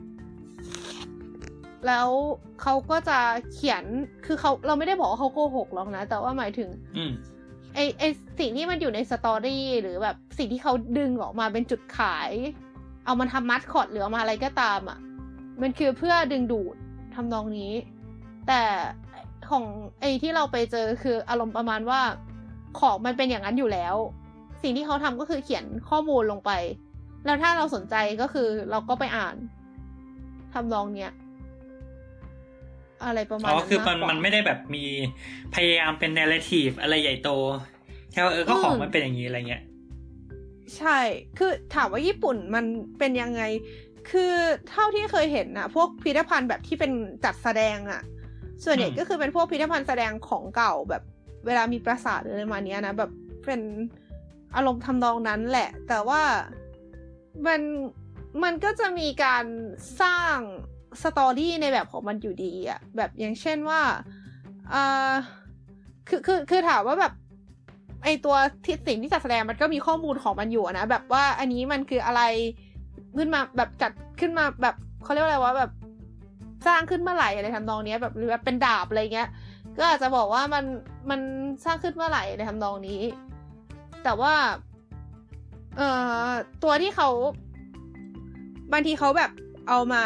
แล้วเขาก็จะเขียนคือเราไม่ได้บอกว่าเขาโกหกหรอกนะแต่ว่าหมายถึงไอสิ่งที่มันอยู่ในสตอรี่หรือแบบสิ่งที่เขาดึงออกมาเป็นจุดขายเอามาทำมัสคอตหรือเอามาอะไรก็ตามอ่ะมันคือเพื่อดึงดูดทำนองนี้แต่ของไอที่เราไปเจอคืออารมณ์ประมาณว่าของมันเป็นอย่างนั้นอยู่แล้วสิ่งที่เขาทำก็คือเขียนข้อมูลลงไปแล้วถ้าเราสนใจก็คือเราก็ไปอ่านทำนองเนี้ยอะไรประมาณนั้นคือมันไม่ได้แบบมีพยายามเป็น narrative อะไรใหญ่โตแค่ว่าก็ของมันเป็นอย่างนี้อะไรเงี้ยใช่คือถามว่าญี่ปุ่นมันเป็นยังไงคือเท่าที่เคยเห็นนะพวกพิพิธภัณฑ์แบบที่เป็นจัดแสดงอ่ะส่วนใหญ่ก็คือเป็นพวกพิพิธภัณฑ์แสดงของเก่าแบบเวลามีปราสาทหรืออะไรมาเนี้ยนะแบบเป็นอารมณ์ทำนองนั้นแหละแต่ว่ามันก็จะมีการสร้างสตอรี่ในแบบของมันอยู่ดีอ่ะแบบอย่างเช่นว่าคือถามว่าแบบไอตัวสิ่งที่จัดแสดงมันก็มีข้อมูลของมันอยู่นะแบบว่าอันนี้มันคืออะไรขึ้นมาแบบจัดขึ้นมาแบบเขาเรียกว่าอะไรวะแบบสร้างขึ้นเมื่อไหร่อะไรทำนองนี้แบบหรือแบบเป็นดาบอะไรเงี้ยก็อาจจะบอกว่ามันสร้างขึ้นเมื่อไหร่อะไรทำนองนี้แต่ว่าตัวที่เขาบางทีเขาแบบเอามา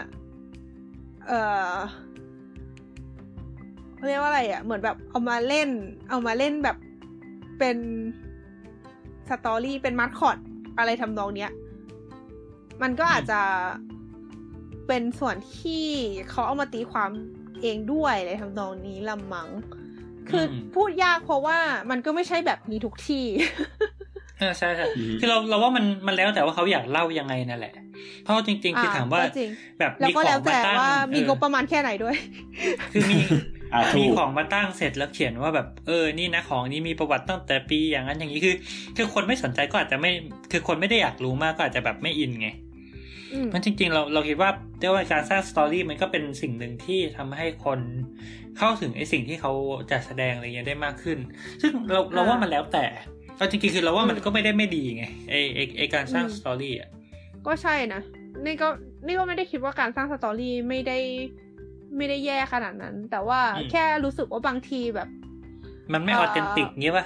เรียกว่าอะไรอ่ะเหมือนแบบเอามาเล่นแบบเป็นสตอรี่เป็นมาสคอตอะไรทำนองเนี้ยมันก็อาจจะเป็นส่วนที่เขาเอามาตีความเองด้วยอะไรทำนองนี้ละมั้งคือพูดยากเพราะว่ามันก็ไม่ใช่แบบนี้ทุกที่ใช่ๆคือเราว่ามันแล้วแต่ว่าเขาอยากเล่ายังไงนั่นแหละเพราะจริงๆคือถามว่าแบบมีของมาตั้งว่ามีงบประมาณแค่ไหนด้วยคือมีของมาตั้งเสร็จแล้วเขียนว่าแบบนี่นะของนี้มีประวัติตั้งแต่ปีอย่างนั้นอย่างนี้คือคนไม่สนใจก็อาจจะไม่คือคนไม่ได้อยากรู้มากก็อาจจะแบบไม่อินไงมันจริงๆเราคิดว่าด้วยการสร้างสตอรี่มันก็เป็นสิ่งหนึ่งที่ทำให้คนเข้าถึงไอ้สิ่งที่เขาจะแสดงอะไรเงี้ยได้มากขึ้นซึ่งเราว่ามันแล้วแต่เอาจริงๆคือเราว่ามันก็ไม่ได้ไม่ดีไงไอการสร้างสตอรี่อ่ะก็ใช่นะนี่ก็ไม่ได้คิดว่าการสร้างสตอรี่ไม่ได้แย่ขนาดนั้นแต่ว่าแค่รู้สึกว่าบางทีแบบมันไม่ออเทนติกเงี้ยป่ะ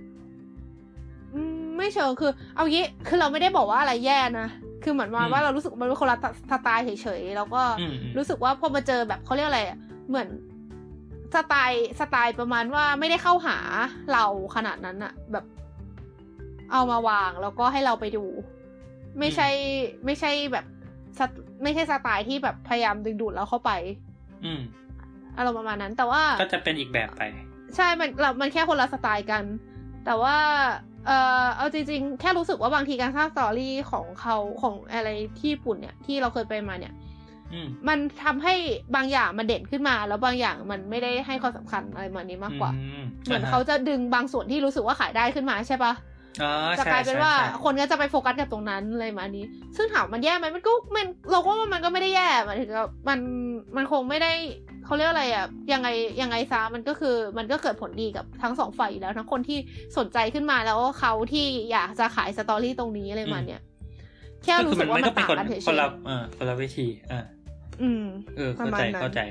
ไม่เชิงคือเอางี้คือเราไม่ได้บอกว่าอะไรแย่นะคือเหมือนว่าเรารู้สึกมันเป็นคนละสไตล์เฉยๆแล้วก็รู้สึกว่าพอมาเจอแบบเขาเรียกอะไรอ่ะเหมือนสไตล์ประมาณว่าไม่ได้เข้าหาเราขนาดนั้นอะแบบเอามาวางแล้วก็ให้เราไปดูไม่ใช่แบบไม่ใช่สไตล์ที่แบบพยายามดึงดูดเราเข้าไปอารมณ์ประมาณนั้นแต่ว่าก็จะเป็นอีกแบบไปใช่มันแค่คนละสไตล์กันแต่ว่าเอาจริงๆแค่รู้สึกว่าบางทีการสร้างสตอรี่ของเขาของอะไรที่ญี่ปุ่นเนี่ยที่เราเคยไปมาเนี่ยมันทำให้บางอย่างมันเด่นขึ้นมาแล้วบางอย่างมันไม่ได้ให้ความสำคัญอะไรแบบนี้มากกว่าเหมือนเขาจะดึงบางส่วนที่รู้สึกว่าขายได้ขึ้นมาใช่ปะจะกลายเป็นว่าคนก็จะไปโฟกัสกับตรงนั้นเลยมานี้ซึ่งถามมันแย่ไหมมันก็เราก็ว่ามันก็ไม่ได้แย่หมายถึงว่ามันคงไม่ได้เขาเรียกอะไรอ่ะยังไงซะมันก็คือมันก็เกิดผลดีกับทั้งสองฝ่ายอยู่แล้วทั้งคนที่สนใจขึ้นมาแล้วเขาที่อยากจะขายสตอรี่ตรงนี้อะไรมาเนี่ยแค่รู้สึกว่ามันต่างกันเฉยๆคนละวิธีเข้าใจ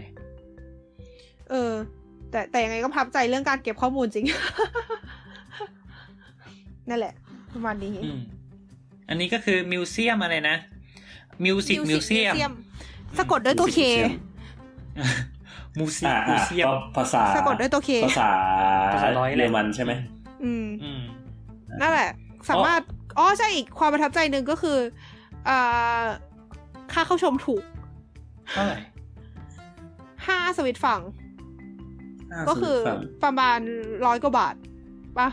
แต่ยังไงก็พับใจเรื่องการเก็บข้อมูลจริง นั่นแหละประมาณนี้อันนี้ก็คือมิวเซียมอะไรนะมิวสิกมิวเซียมสะกดด้วยตัว K มิวสิกมิวเซียมภาษาสะกดด้วยตัว K ภาษาเยอรมันใช่ไหมนั่นแหละสามารถใช่อีกความประทับใจหนึ่งก็คือค่าเข้าชมถูกเท่าไหร่ 5 สวิตฝั่งก็คือประมาณ100 กว่าบาทป่ะ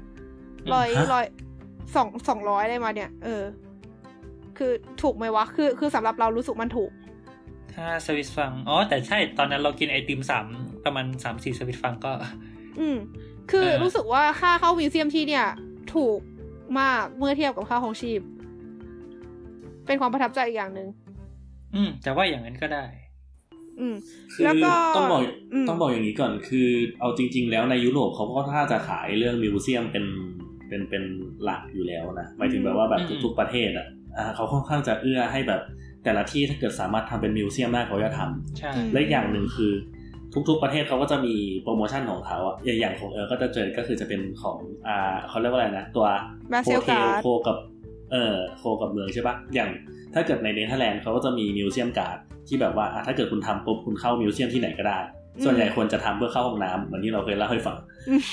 200ได้มาเนี่ยคือถูกไหมวะคือสำหรับเรารู้สึกมันถูกถ้าสวิตฟังแต่ใช่ตอนนั้นเรากินไอติม3ประมาณ 3-4 สวิตฟังก็คือรู้สึกว่าค่าเข้ามิวเซียมที่เนี่ยถูกมากเมื่อเทียบกับค่าของชีพเป็นความประทับใจอีกอย่างนึงแต่ว่าอย่างนั้นก็ได้แล้วก็ต้องบอกอย่างนี้ก่อนคือเอาจริงๆแล้วในยุโรปเขาก็ถ้าจะขายเรื่องมิวเซียมเป็นหลักอยู่แล้วนะหมายถึงแบบว่าแบบทุกๆประเทศเขาค่อนข้างจะเอื้อให้แบบแต่ละที่ถ้าเกิดสามารถทำเป็นมิวเซียมได้เขาจะทำและอย่างหนึ่งคือทุกๆประเทศเขาก็จะมีโปรโมชั่นของเขาอย่างของก็จะเจอก็คือจะเป็นของเขาเรียกว่าอะไรนะตัวโฮเทลโคกับโคกับเมืองใช่ปะอย่างถ้าเกิดในเนเธอร์แลนด์เขาก็จะมีมิวเซียมการ์ดที่แบบว่าถ้าเกิดคุณทำปุ๊บคุณเข้ามิวเซียมที่ไหนก็ได้ส่วนใหญ่ควรจะทำเพื่อเข้าห้องน้ำเหมือนที่เราเคยเล่าให้ฟัง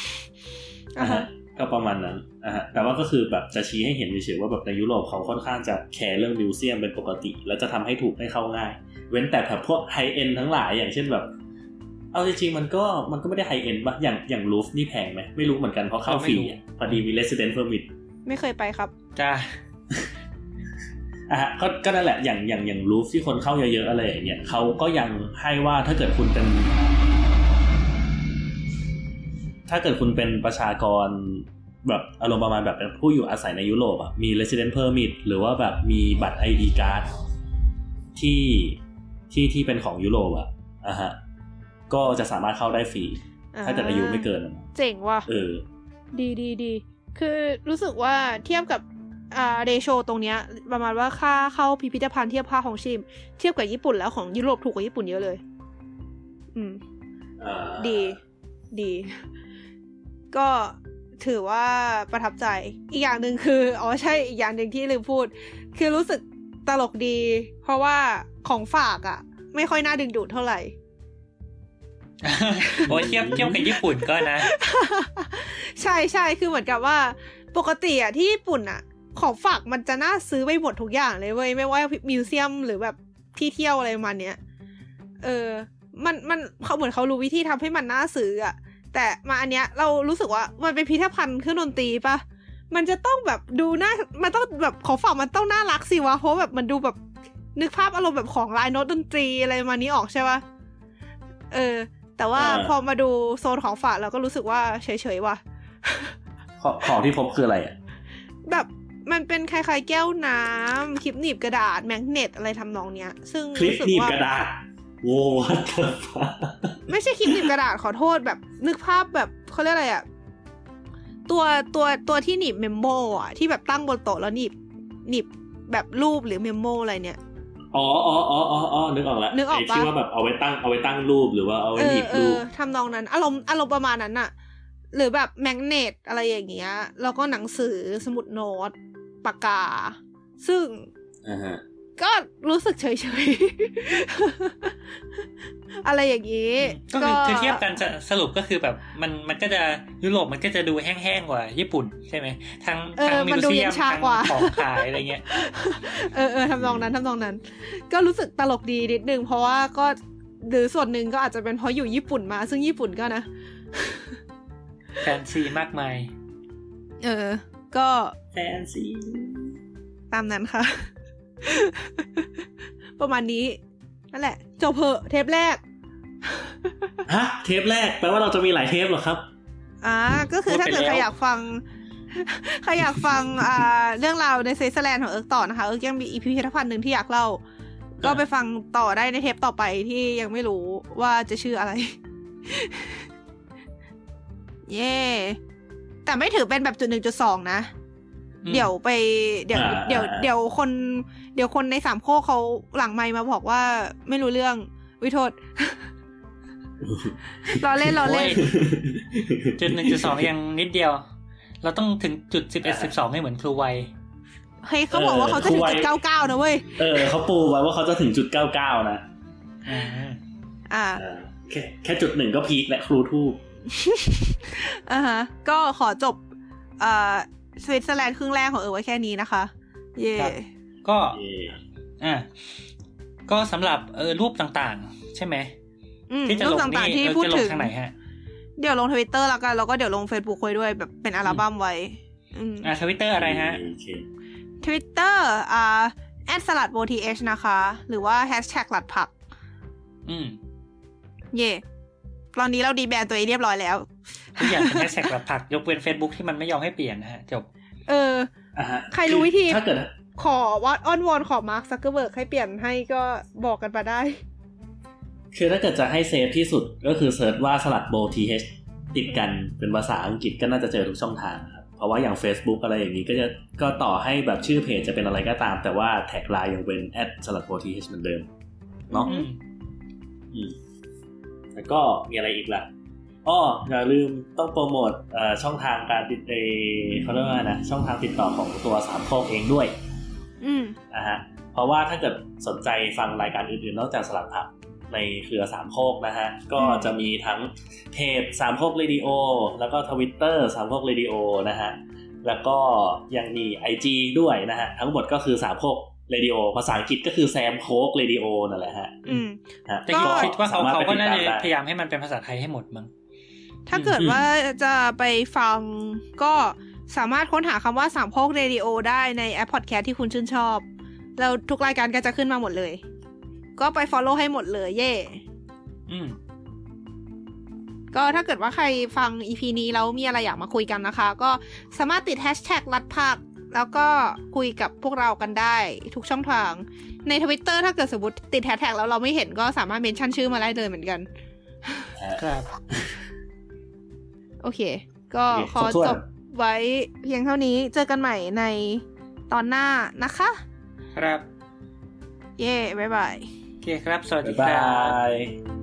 ก็ประมาณนั้นแต่ว่าก็คือแบบจะชี้ให้เห็นเฉยๆว่าแบบในยุโรปเขาค่อนข้างจะแคร์เรื่องมิวเซียมเป็นปกติแล้วจะทำให้ถูกให้เข้าง่ายเว้นแต่แบบพวกไฮเอ็นทั้งหลายอย่างเช่นแบบเอาจริงๆมันก็ไม่ได้ไฮเอ็นป่ะอย่างลูฟนี่แพงไหมไม่รู้เหมือนกันเพราะเข้าฟรีพอดีมี resident permit ไม่เคยไปครับจ้าก็นั่นแหละอย่างรูฟที่คนเข้าเยอะๆอะไรอย่างเงี้ยเขาก็ยังให้ว่าถ้าเกิดคุณเป็นประชากรแบบอารมณ์ประมาณแบบเป็นผู้อยู่อาศัยในยุโรปมี resident permit หรือว่าแบบมีบัตร ID card ที่เป็นของยุโรปก็จะสามารถเข้าได้ฟรีถ้าเกิดอายุไม่เกินเจ๋งว่ะดีคือรู้สึกว่าเทียบกับเรโชตรงเนี้ยประมาณว่าค่าเข้าพิพิธภัณฑ์เทียบค่าของชีพเทียบกับญี่ปุ่นแล้วของยุโรปถูกกว่าญี่ปุ่นเยอะเลยดีก็ถือว่าประทับใจอีกอย่างนึงคือใช่อีกอย่างนึงที่ลืมพูดคือรู้สึกตลกดีเพราะว่าของฝากไม่ค่อยน่าดึงดูดเท่าไหร่เทียบกับญี่ปุ่นก็นะใช่คือเหมือนกับว่าปกติที่ญี่ปุ่นของฝากมันจะน่าซื้อไปหมดทุกอย่างเลยเว้ยไม่ว่ามิวเซียมหรือแบบที่เที่ยวอะไรประมาณเนี้ยมันเขาเหมือนเขารู้วิธีทำให้มันน่าซื้อแต่มาอันเนี้ยเรารู้สึกว่ามันเป็นพิพิธภัณฑ์เครื่องดนตรีปะมันจะต้องแบบดูน่ามันต้องแบบของฝากมันต้องน่ารักสิวะเพราะแบบมันดูแบบนึกภาพอารมณ์แบบของลายโน้ตดนตรีอะไรมานี้ออกใช่ปะแต่ว่าพอมาดูโซนของฝากเราก็รู้สึกว่าเฉยๆว่ะของที่พบคืออะไรแบบมันเป็นคล้ายๆแก้วน้ำคลิปหนีบกระดาษแมกเนตอะไรทำนองเนี้ยซึ่งรู้สึกว่าคลิปหนีบกระดาษโว้ไม่ใช่คลิปหนีบกระดาษขอโทษแบบนึกภาพแบบเขาเรียกอะไรตัวที่หนีบเมมโมอ่ะที่แบบตั้งบนโต๊ะแล้วหนีบแบบรูปหรือเมมโมอะไรเนี่ยอ๋อนึกออกแล้วไอ้ที่ว่าแบบเอาไว้ตั้งรูปหรือว่าเอาไว้หนีบรูปทำนองนั้นอารมณ์ประมาณนั้นน่ะหรือแบบแมกเนตอะไรอย่างเงี้ยแล้วก็หนังสือสมุดโน้ตปากกาซึ่งก็รู้สึกเฉยๆ อะไรอย่างนี้ก็คือเทียบกันสรุปก็คือแบบมันก็จะยุโรปมันก็จะดูแห้งๆกว่าญี่ปุ่นใช่ไหมทั้งมิวเซียมทั้งของขายอะไรเงี้ยทำนองนั้นก็รู้สึกตลกดีนิดนึงเพราะว่าก็หรือส่วนหนึ่งก็อาจจะเป็นเพราะอยู่ญี่ปุ่นมาซึ่งญี่ปุ่นก็นะแฟนซีมากมายก็แฟนซีตามนั้นค่ะประมาณนี้นั่นแหละจบเพอเทปแรกฮะเทปแรกแปลว่าเราจะมีหลายเทปเหรอครับก็คือถ้าเกิดใครอยากฟังเรื่องราวในสวิตเซอร์แลนด์ของเอิร์กต่อนะคะเอิร์กยังมีอีพิพิธภัณฑ์นึงที่อยากเล่าก็ไปฟังต่อได้ในเทปต่อไปที่ยังไม่รู้ว่าจะชื่ออะไรเย่แต่ไม่ถือเป็นแบบ.1.2 นะเดี๋ยวคนในสามโคกเขาหลังไมค์มาบอกว่าไม่รู้เรื่องวิโทษรอเล่น .1.2 ยังนิดเดียวเราต้องถึง.11.12ให้เหมือนครูไวเฮ้ยเขาบอกว่าเขาจะถึง.99นะเว้ยเขาปูไว้ว่าเขาจะถึง.99นะแค่.1ก็พีคและครูทูบก็ขอจบสวิตเซอร์แลนด์ครึ่งแรกของไว้แค่นี้นะคะเย่ก็สำหรับรูปต่างๆใช่ไหมที่จะลงนี่เราจะลงทางไหนฮะเดี๋ยวลง Twitter แล้วกันแล้วก็เดี๋ยวลง Facebook ไว้ด้วยแบบเป็นอัลบั้มไว้ Twitter อะไรฮะ Twitter @saladboth นะคะหรือว่า #หลัดผักเย่ตอนนี้เราดีแบนตัวเองเรียบร้อยแล้วทุกอย่างเป็น#หลัดผักยกเว้น Facebook ที่มันไม่ยอมให้เปลี่ยนนะฮะจบใครรู้วิธีถ้าเกิดขอวัดอ้อนวอนขอมาร์คซักเกอร์เบิร์กให้เปลี่ยนให้ก็บอกกันมาได้คือถ้าเกิดจะให้เซฟที่สุดก็คือเสิร์ชว่าสลัดโบ th ติดกันเป็นภาษาอังกฤษก็น่าจะเจอทุกช่องทางครับเพราะว่าอย่าง Facebook อะไรอย่างนี้ก็ต่อให้แบบชื่อเพจจะเป็นอะไรก็ตามแต่ว่าแท็กไลน์ยังเป็น@saladbothเหมือนเดิมเนาะแล้วก็มีอะไรอีกล่ะอย่าลืมต้องโปรโมทช่องทางการติดเขาเรียกว่านะช่องทางติดต่อของตัวสามโคกเองด้วยเพราะว่าถ้าเกิดสนใจฟังรายการอื่นๆนอกจากสลัดผักในเครือสามโคกนะฮะก็จะมีทั้งเพจสามโคกเรดิโอแล้วก็ Twitter สามโคกเรดิโอนะฮะแล้วก็ยังมี IG ด้วยนะฮะทั้งหมดก็คือสามโคกเรดิโอภาษาอังกฤษก็คือแซมโคกเรดิโอนั่นแหละฮะแต่คิดว่าเขาก็น่าจะพยายามให้มันเป็นภาษาไทยให้หมดมั้งถ้าเกิดว่าจะไปฟังก็สามารถค้นหาคำว่าสามโคกเรดิโอได้ในแอปพอดแคสต์ที่คุณชื่นชอบแล้วทุกรายการก็จะขึ้นมาหมดเลยก็ไป follow ให้หมดเลยเย่ก็ถ้าเกิดว่าใครฟัง EP นี้แล้วมีอะไรอยากมาคุยกันนะคะก็สามารถติด hashtag ลัดผักแล้วก็คุยกับพวกเรากันได้ทุกช่องทางใน Twitter ถ้าเกิดสมมติติด hashtag แล้วเราไม่เห็นก็สามารถเมนชั่นชื่อมาได้เลยเหมือนกันครับโอเคก็ขอจบไว้เพียงเท่านี้เจอกันใหม่ในตอนหน้านะคะครับเย้บ๊ายบายโอเคครับสวัสดีครับ